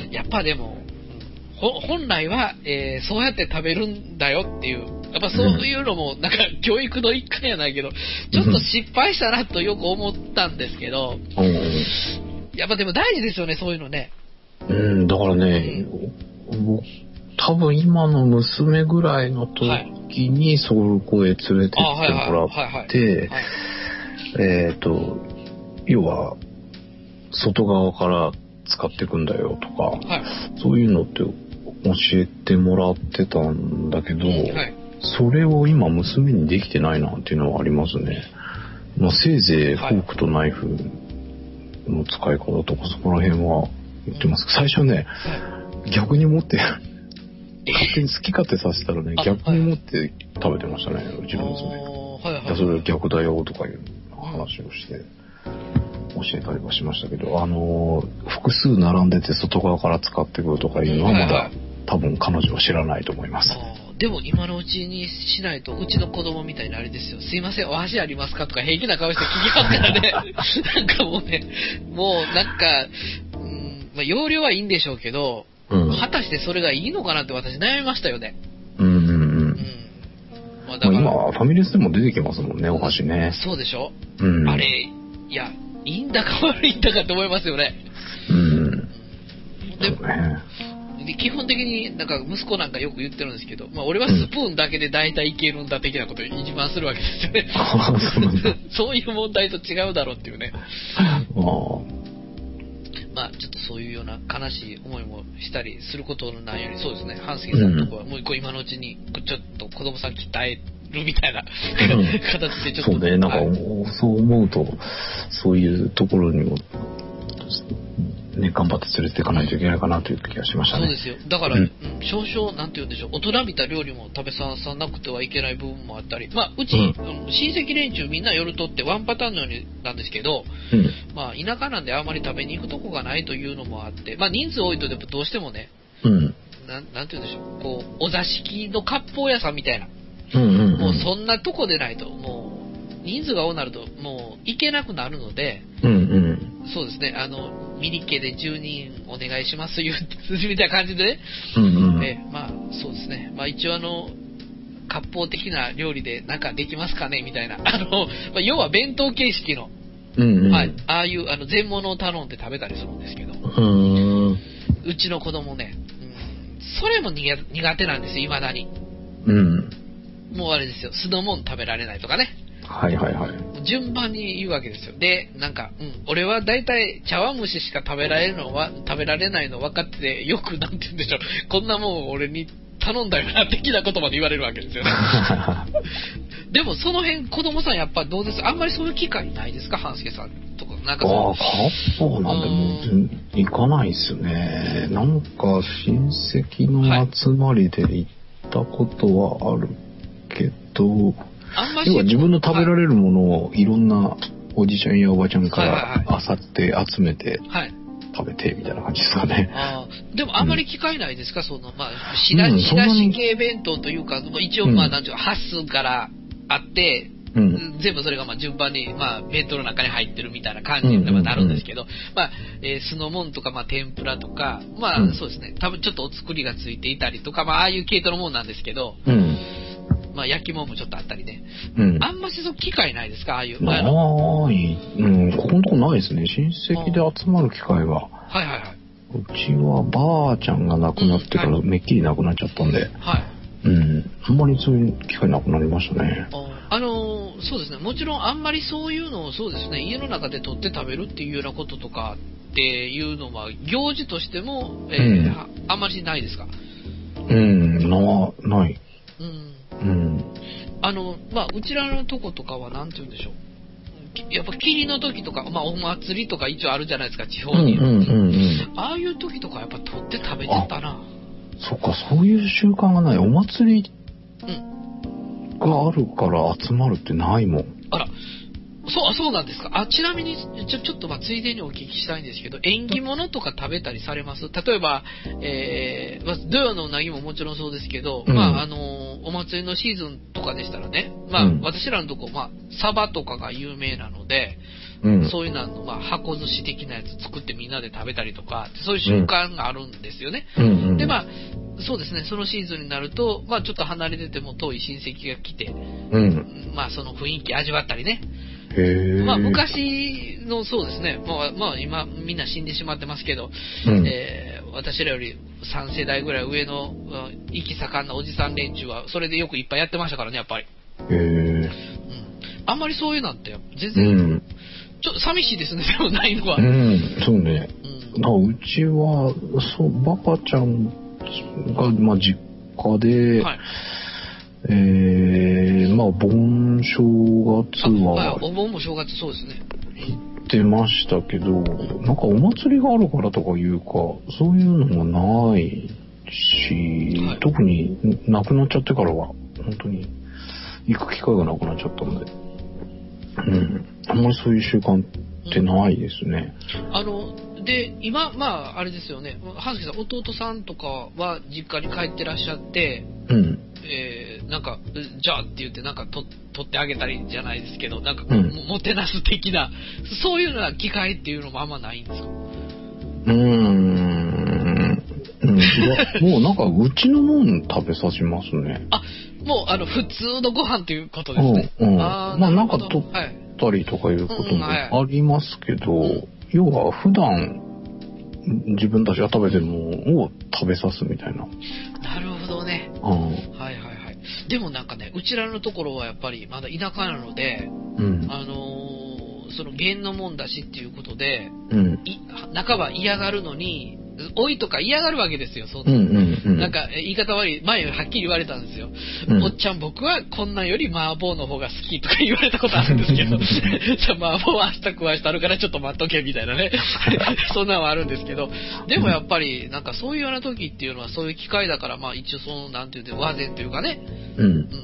やっぱでも、本来は、えー、そうやって食べるんだよっていう、やっぱそういうのも、なんか教育の一環やないけど、ちょっと失敗したなとよく思ったんですけど、うん、やっぱでも大事ですよね、そういうのね。 うん、だからね、うん、多分今の娘ぐらいの時にそこへ連れてってもらって、えっと、要は、外側から使っていくんだよとか、はい、そういうのって教えてもらってたんだけど、はい、それを今娘にできてないなっていうのはありますね。まあ、せいぜいフォークとナイフの使い方とかそこら辺は言ってます。最初ね、はい、逆に持って勝手に好き勝手させたらね、逆に持って食べてましたね、うちの娘。はいはい、それ逆だよとかいう話をして。教えたりはしましたけど、あの複数並んでて外側から使ってくるとかいうのはまだ、はいはい、多分彼女は知らないと思います。 でも今のうちにしないとうちの子供みたいにあれですよ、すいませんお箸ありますかとか平気な顔して聞きますからねなんかもうねもうなんか、うんまあ、容量はいいんでしょうけど、うん、果たしてそれがいいのかなって私悩みましたよね。うんうんうん、うんまあ、だからまあ、今ファミレスでも出てきますもんね、お箸ね。 そうでしょ、うん、あれいやいいんだか悪いんだかと思いますよね。うん。で、ね、基本的になんか息子なんかよく言ってるんですけど、まあ俺はスプーンだけで大体いけるんだ的なことを一番するわけですよね。そういう問題と違うだろうっていうね。まあちょっとそういうような悲しい思いもしたりすることのないように、そうですね、半助さんのとこはもう一個今のうちにちょっと子供さん鍛えるみたいな、うん、形でちょっと。 そうね、なんか、はい、そう思うと、そういうところにも、ね、頑張って連れていかないといけないかなという気がしましたね。 そうですよ。だから、うん、少々、なんて言うんでしょう、大人びた料理も食べささなくてはいけない部分もあったり、まあ、うち、うん、親戚連中みんな夜とってワンパターンのようになんですけど、うん、まあ、田舎なんであんまり食べに行くとこがないというのもあって、まあ、人数多いとでもどうしてもね、うん、なん、なんて言うんでしょう、こう、お座敷の割烹屋さんみたいな、うんうんうん、もうそんなとこでないと、もう、人数が多くなると、もう行けなくなるので、うんうん、そうですね、あの、ミリ家でじゅうにんお願いしますいうみたいな感じでね、うんうん、えまあ、そうですね、まあ一応あの、割烹的な料理でなんかできますかねみたいな、あの、まあ、要は弁当形式の、うんうん、はい、ああいうあの全物を頼んで食べたりするんですけど、うん、うちの子供ね、うん、それも苦手なんですよ、未だに。うん、もうあれですよ、酢の物食べられないとかね。 はいはいはい。 順番に言うわけですよ。で、なんか、うん、俺は大体茶碗蒸ししか食べられるのは、食べられないの分かってて、よくなんて言うんでしょう、こんなもん俺に頼んだよな、的なことまで言われるわけですよね。でもその辺、子供さんやっぱどうです？あんまりそういう機会ないですか、半助さんとか。なんかそああ、割烹なんでもう行かないっすね。なんか親戚の集まりで行ったことはあるけど、はいあんま要は自分の食べられるものをいろんなおじちゃんやおばちゃんから漁って集めて食べてみたいな感じですかね。 あでもあんまり機会ないですか、うん、そのまあ仕出し、仕出し系弁当というか一応まあなんていうか八寸からあって、うん、全部それがまあ順番にまあ弁当の中に入ってるみたいな感じになるんですけど、まあ、えー、酢の物とかまあ天ぷらとかまあそうですね、多分ちょっとお作りがついていたりとかまあああいう系統のものなんですけど。うんまあ、焼き物もちょっとあったりね、うん、あんましそう機会ないですか、ああいうない、うん、ここのとこないですね、親戚で集まる機会は。はいはいはい。うちはばあちゃんが亡くなってからめっきり亡くなっちゃったんで、はい、うん、あんまりそういう機会なくなりましたね。 あのー、そうですね、もちろんあんまりそういうのをそうですね、家の中で取って食べるっていうようなこととかっていうのは行事としても、えーうん、あんまりないですか。 うんなない。 うんうん、あのまあうちらのとことかはなんて言うんでしょう、やっぱ霧の時とか、まあ、お祭りとか一応あるじゃないですか、地方に、うんうんうんうん、ああいう時とかやっぱ取って食べてたな。 そっか、そういう習慣がない。お祭りがあるから集まるってないもん。 あら、そうそうなんですか。あ、ちなみにちょちょっとまあついでにお聞きしたいんですけど、縁起物とか食べたりされます？例えば、えー、土曜のうなぎももちろんそうですけど、うん、まああのお祭りのシーズンとかでしたらね、まあ、うん、私らのとこ、まあ、サバとかが有名なので、うん、そういうのの、まあ、箱寿司的なやつ作ってみんなで食べたりとか、そういう習慣があるんですよね。うんうん、で、まあ、そうですね、そのシーズンになると、まあ、ちょっと離れてても遠い親戚が来て、うん、まあ、その雰囲気味わったりね。 へまあ、昔のそうですね、まあ、まあ、今みんな死んでしまってますけど、うん、えー、私らよりさん世代ぐらい上の息盛んなおじさん連中はそれでよくいっぱいやってましたからね、やっぱり。 へー、うん、 あんまりそういうのって全然、うん、ちょっと寂しいですね、でもないのは。 うん、そうね。うん、だうちはそうバパちゃんが、まあ、実家で、はい、えー、まあ盆正月は、 はい、お盆も正月そうですね。 行ってましたけど、なんかお祭りがあるからとかいうかそういうのもないし、はい、特になくなっちゃってからは本当に行く機会がなくなっちゃったので、うん、あんまりそういう習慣ってないですね。 うん、あので今まああれですよね、葉月さん弟さんとかは実家に帰ってらっしゃって、 うん、 えー、なんかじゃあって言ってなんかと取ってあげたりじゃないですけど、なんか、うん、もてなす的なそういうような機会っていうのもあんまないんですか？ うーん、うん、いやもうなんかうちのもん食べさせますね。 あ、もうあの普通のご飯ということですね。 うんうん、あまあなんか取ったりとかいうこともありますけど、うんうんはい、要は普段自分たちが食べてるものを食べさすみたいな。 なるほどね。 うん、 はいはいはい。でもなんかね、うちらのところはやっぱりまだ田舎なので、うん、あのー、その弦のもんだしっていうことで、うん、い半ば嫌がるのに、おいとか嫌がるわけですよ、そんな、うんうんうん、なんか言い方悪い、前はっきり言われたんですよ、うん、おっちゃん僕はこんなんより麻婆の方が好きとか言われたことあるんですけどじゃあ麻婆は明日食わしてあるからちょっと待っとけみたいなねそんなんはあるんですけど、でもやっぱりなんかそういうような時っていうのはそういう機会だから、まあ一応そのなんていう和膳というかね、うん、うん、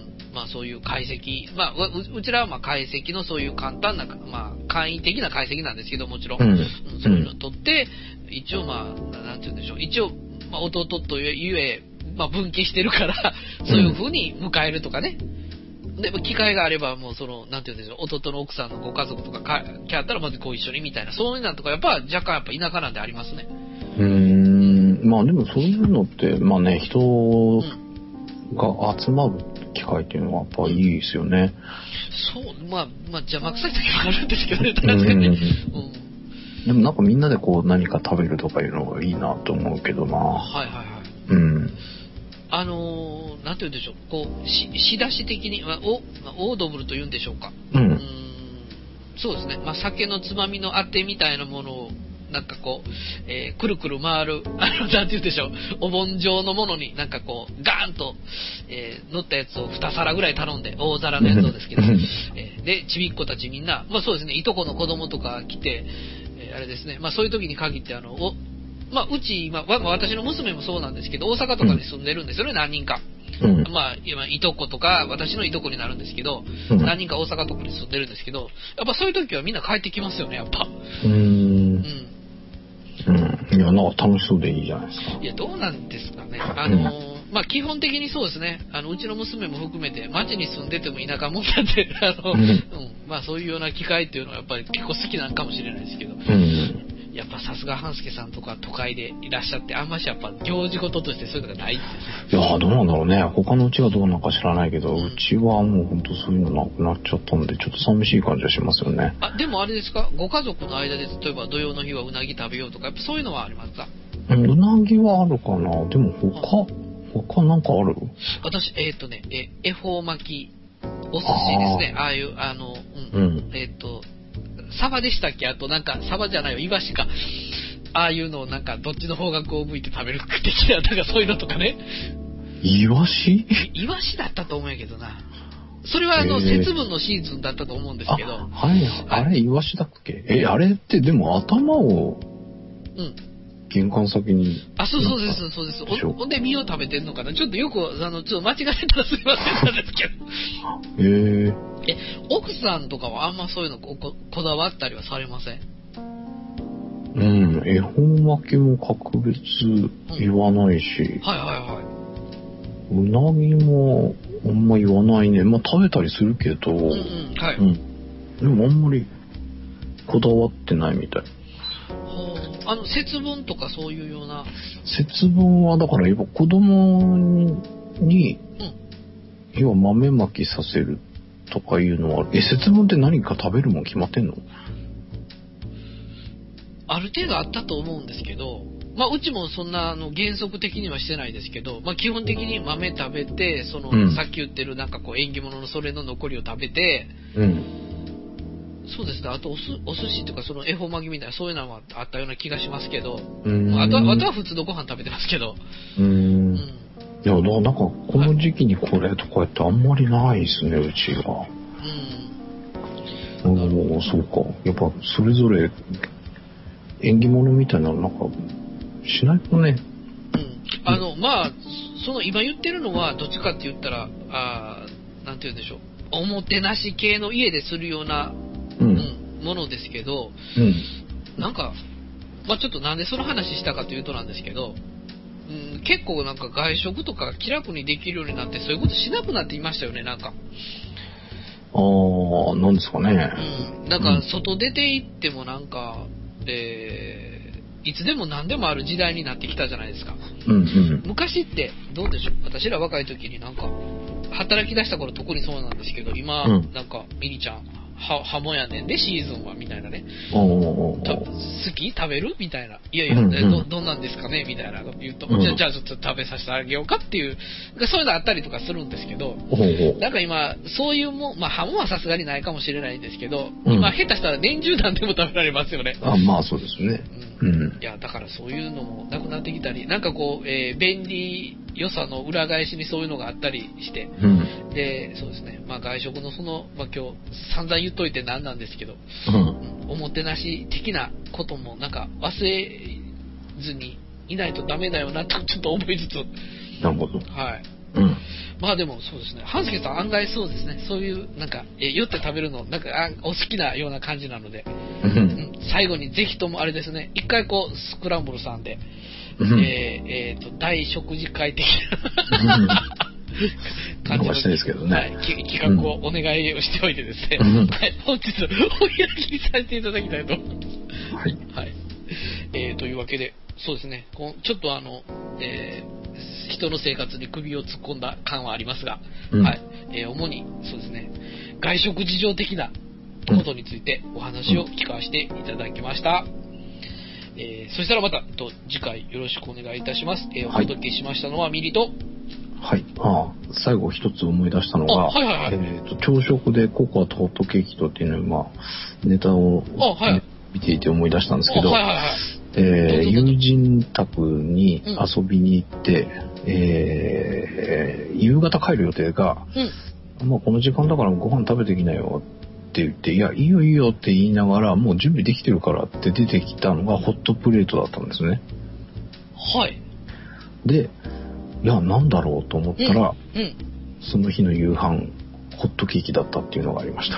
まあそういう解析、まあ う, うちらはまあ解析のそういう簡単な、まあ簡易的な解析なんですけど、もちろん、うん、そういうのを取って一応まあなんていうんでしょう、一応、まあ、弟とゆえ、まあ、分岐してるからそういう風に迎えるとかね、で機会があればもうそのなんていうんでしょう、弟の奥さんのご家族とかかキャったらまずご一緒にみたいな、そういうのとかやっぱ若干やっぱ田舎なんでありますね。 うーん、まあでもそういうのってまあね、人が集まる機会っていうのはやっぱいいですよね。 そう、まあまあ邪魔くさい時もあるんですけどね、確かにね。うん、 でもなんかみんなでこう何か食べるとかいうのがいいなと思うけどな。 はいはいはい。 うん。 あのー、なんて言うんでしょう、こうし仕出し的に、まあ、おまあ、オードブルというんでしょうか。 うん。うーんそうですね。まあ酒のつまみのあてみたいなものをなんかこう、えー、くるくる回るあのなんて言うんでしょう、お盆状のものになんかこうガーンと、えー、乗ったやつをに皿ぐらい頼んで、大皿のやつをですけど、えー、でちびっ子たちみんな、まあそうですね、いとこの子供とか来て。あれですね、まあ、そういう時に限ってあのお、まあ、うち、まあ、私の娘もそうなんですけど大阪とかに住んでるんですよね、うん、何人か、うん、まあ今いとことか私のいとこになるんですけど、うん、何人か大阪とかに住んでるんですけど、やっぱそういう時はみんな帰ってきますよね、やっぱ。 うーん、うんうん、いやなんか楽しそうでいいじゃないですか。 いやどうなんですかね、あのーうん、まあ基本的にそうですね、あのうちの娘も含めて町に住んでても田舎もんなんであの、うんうん、まあそういうような機会っていうのはやっぱり結構好きなのかもしれないですけど、うん、やっぱさすが半助さんとか都会でいらっしゃってあんましやっぱ行事事としてそういうのがないんですね。いやどうなんだろうね、他のうちがどうなんか知らないけど、うん、うちはもう本当そういうのなくなっちゃったんでちょっと寂しい感じはしますよね。 あでもあれですか、ご家族の間で例えば土曜の日はうなぎ食べようとかやっぱそういうのはありますか？ うなぎはあるかな。でも他、うん他なんかある？ 私えっ、ー、とねえ恵方巻きお寿司ですね、ああいうあの、うんうん、えっ、ー、とサバでしたっけ、あとなんかサバじゃないよイワシか、ああいうのをなんかどっちの方角を向いて食べる的な、なんかそういうのとかね。 イワシ？ イワシだったと思うんやけどな、それはあの、えー、節分のシーズンだったと思うんですけど、 あ、はい、あれイワシだっけ？えあれってでも頭をうん玄関先にあそうそうですそうです。ほんで身を食べてんのかな、ちょっとよくあのちょっと間違えたらすいませんなんですけどへええ奥さんとかはあんまそういうの こ, こだわったりはされません？ うん恵方巻きも格別言わないし、 うん、はいはいはいうなぎもあんま言わないね。まあ食べたりするけど、うん、うん、 はい。 うん。でもあんまりこだわってないみたい。 あの節分とかそういうような。 節分はだからやっぱ子供に、うん、要は豆まきさせるとかいうのは、え、節分って何か食べるもん決まってんの？ ある程度あったと思うんですけど、まあうちもそんなあの原則的にはしてないですけど、まあ基本的に豆食べて、その、うん、さっき言ってるなんかこう縁起物のそれの残りを食べて、うん、そうですね。あとおす、お寿司とかその恵方巻きみたいなそういうのはあったような気がしますけど、まあ、あとは、あとは普通のご飯食べてますけど。 うーん。うん、いや、なんかこの時期にこれとかってあんまりないですね、うちは。うん。うん、そうか。やっぱそれぞれ縁起物みたいなのなんかしないとね。 うん。あの、うん、まあ、その今言ってるのはどっちかって言ったら、あなんて言うんでしょう。おもてなし系の家でするような、うん、ものですけど、うん、なんか、まあ、ちょっとなんでその話したかというとなんですけど、うん、結構なんか外食とか気楽にできるようになってそういうことしなくなっていましたよね、なんか。 ああ、なんですかね。 うん、なんか外出て行ってもなんか、えー、いつでも何でもある時代になってきたじゃないですか。うんうん、昔ってどうでしょう、私ら若い時になんか働き出した頃特にそうなんですけど、今、うん、なんかミリちゃんは、はもやねんでシーズンはみたいなね。好き食べるみたいな。いやいや、うんうん、ど、どんなんですかねみたいなこと言うと、うん、じゃあ、じゃあちょっと食べさせてあげようかっていう、そういうのあったりとかするんですけど、なんか今、そういうもん、まあ、ハモはさすがにないかもしれないんですけど、うん、今、下手したら年中何でも食べられますよね。 あ、まあそうですね。 うん。いや、だからそういうのもなくなってきたり、なんかこう、えー、便利、良さの裏返しにそういうのがあったりして、うん、で、そうですね、まあ外食のその、まあ今日散々言っといてなんなんですけど、うん、おもてなし的なこともなんか忘れずにいないとダメだよなとちょっと思いつつ。 なるほど。 はい。うん、まあでもそうですね、半助さん案外そうですね、そういうなんか、え酔って食べるのなんかあお好きなような感じなので、うん、最後にぜひともあれですね、一回こうスクランブルさんで、えーえー、と大食事会的な感じのですけどね、はい、 企画をお願いをしておいてですね、うん、はい、本日お開きにさせていただきたいと思います。はい、はい、えー、というわけでそうですね、こちょっとあの、えー、人の生活に首を突っ込んだ感はありますが、うん、はい、えー、主にそうですね、外食事情的なことについてお話を聞かせていただきました。えー、そしたらまたと次回よろしくお願いいたします。えー、お届けしましたのはミリと、 はい、ああ最後一つ思い出したのが、はいはいはい、えーと、朝食でココアとホットケーキとっていうのを、まあ、ネタを、はい、見ていて思い出したんですけど、はいはいはい、えー、友人宅に遊びに行って、うん、えー、夕方帰る予定が、うん、まあ、この時間だからご飯食べてきなよって言って、いやいいよいいよって言いながらもう準備できてるからって出てきたのがホットプレートだったんですね。 はい。 で、いやなんだろうと思ったら、うんうん、その日の夕飯ホットケーキだったっていうのがありました。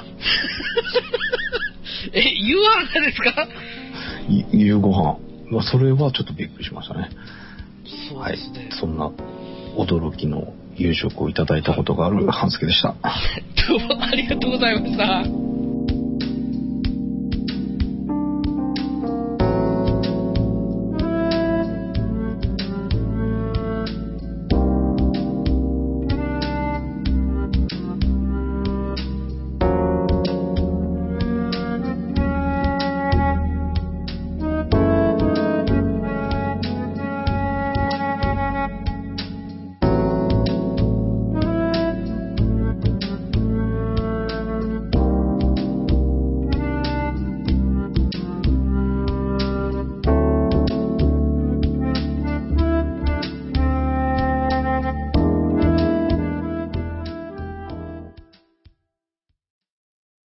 え、夕飯なんですか？ 夕ご飯。まあそれはちょっとびっくりしましたね。 そうですね。 はい、そんな驚きの夕食をいただいたことがある半助でした。 どうもありがとうございました。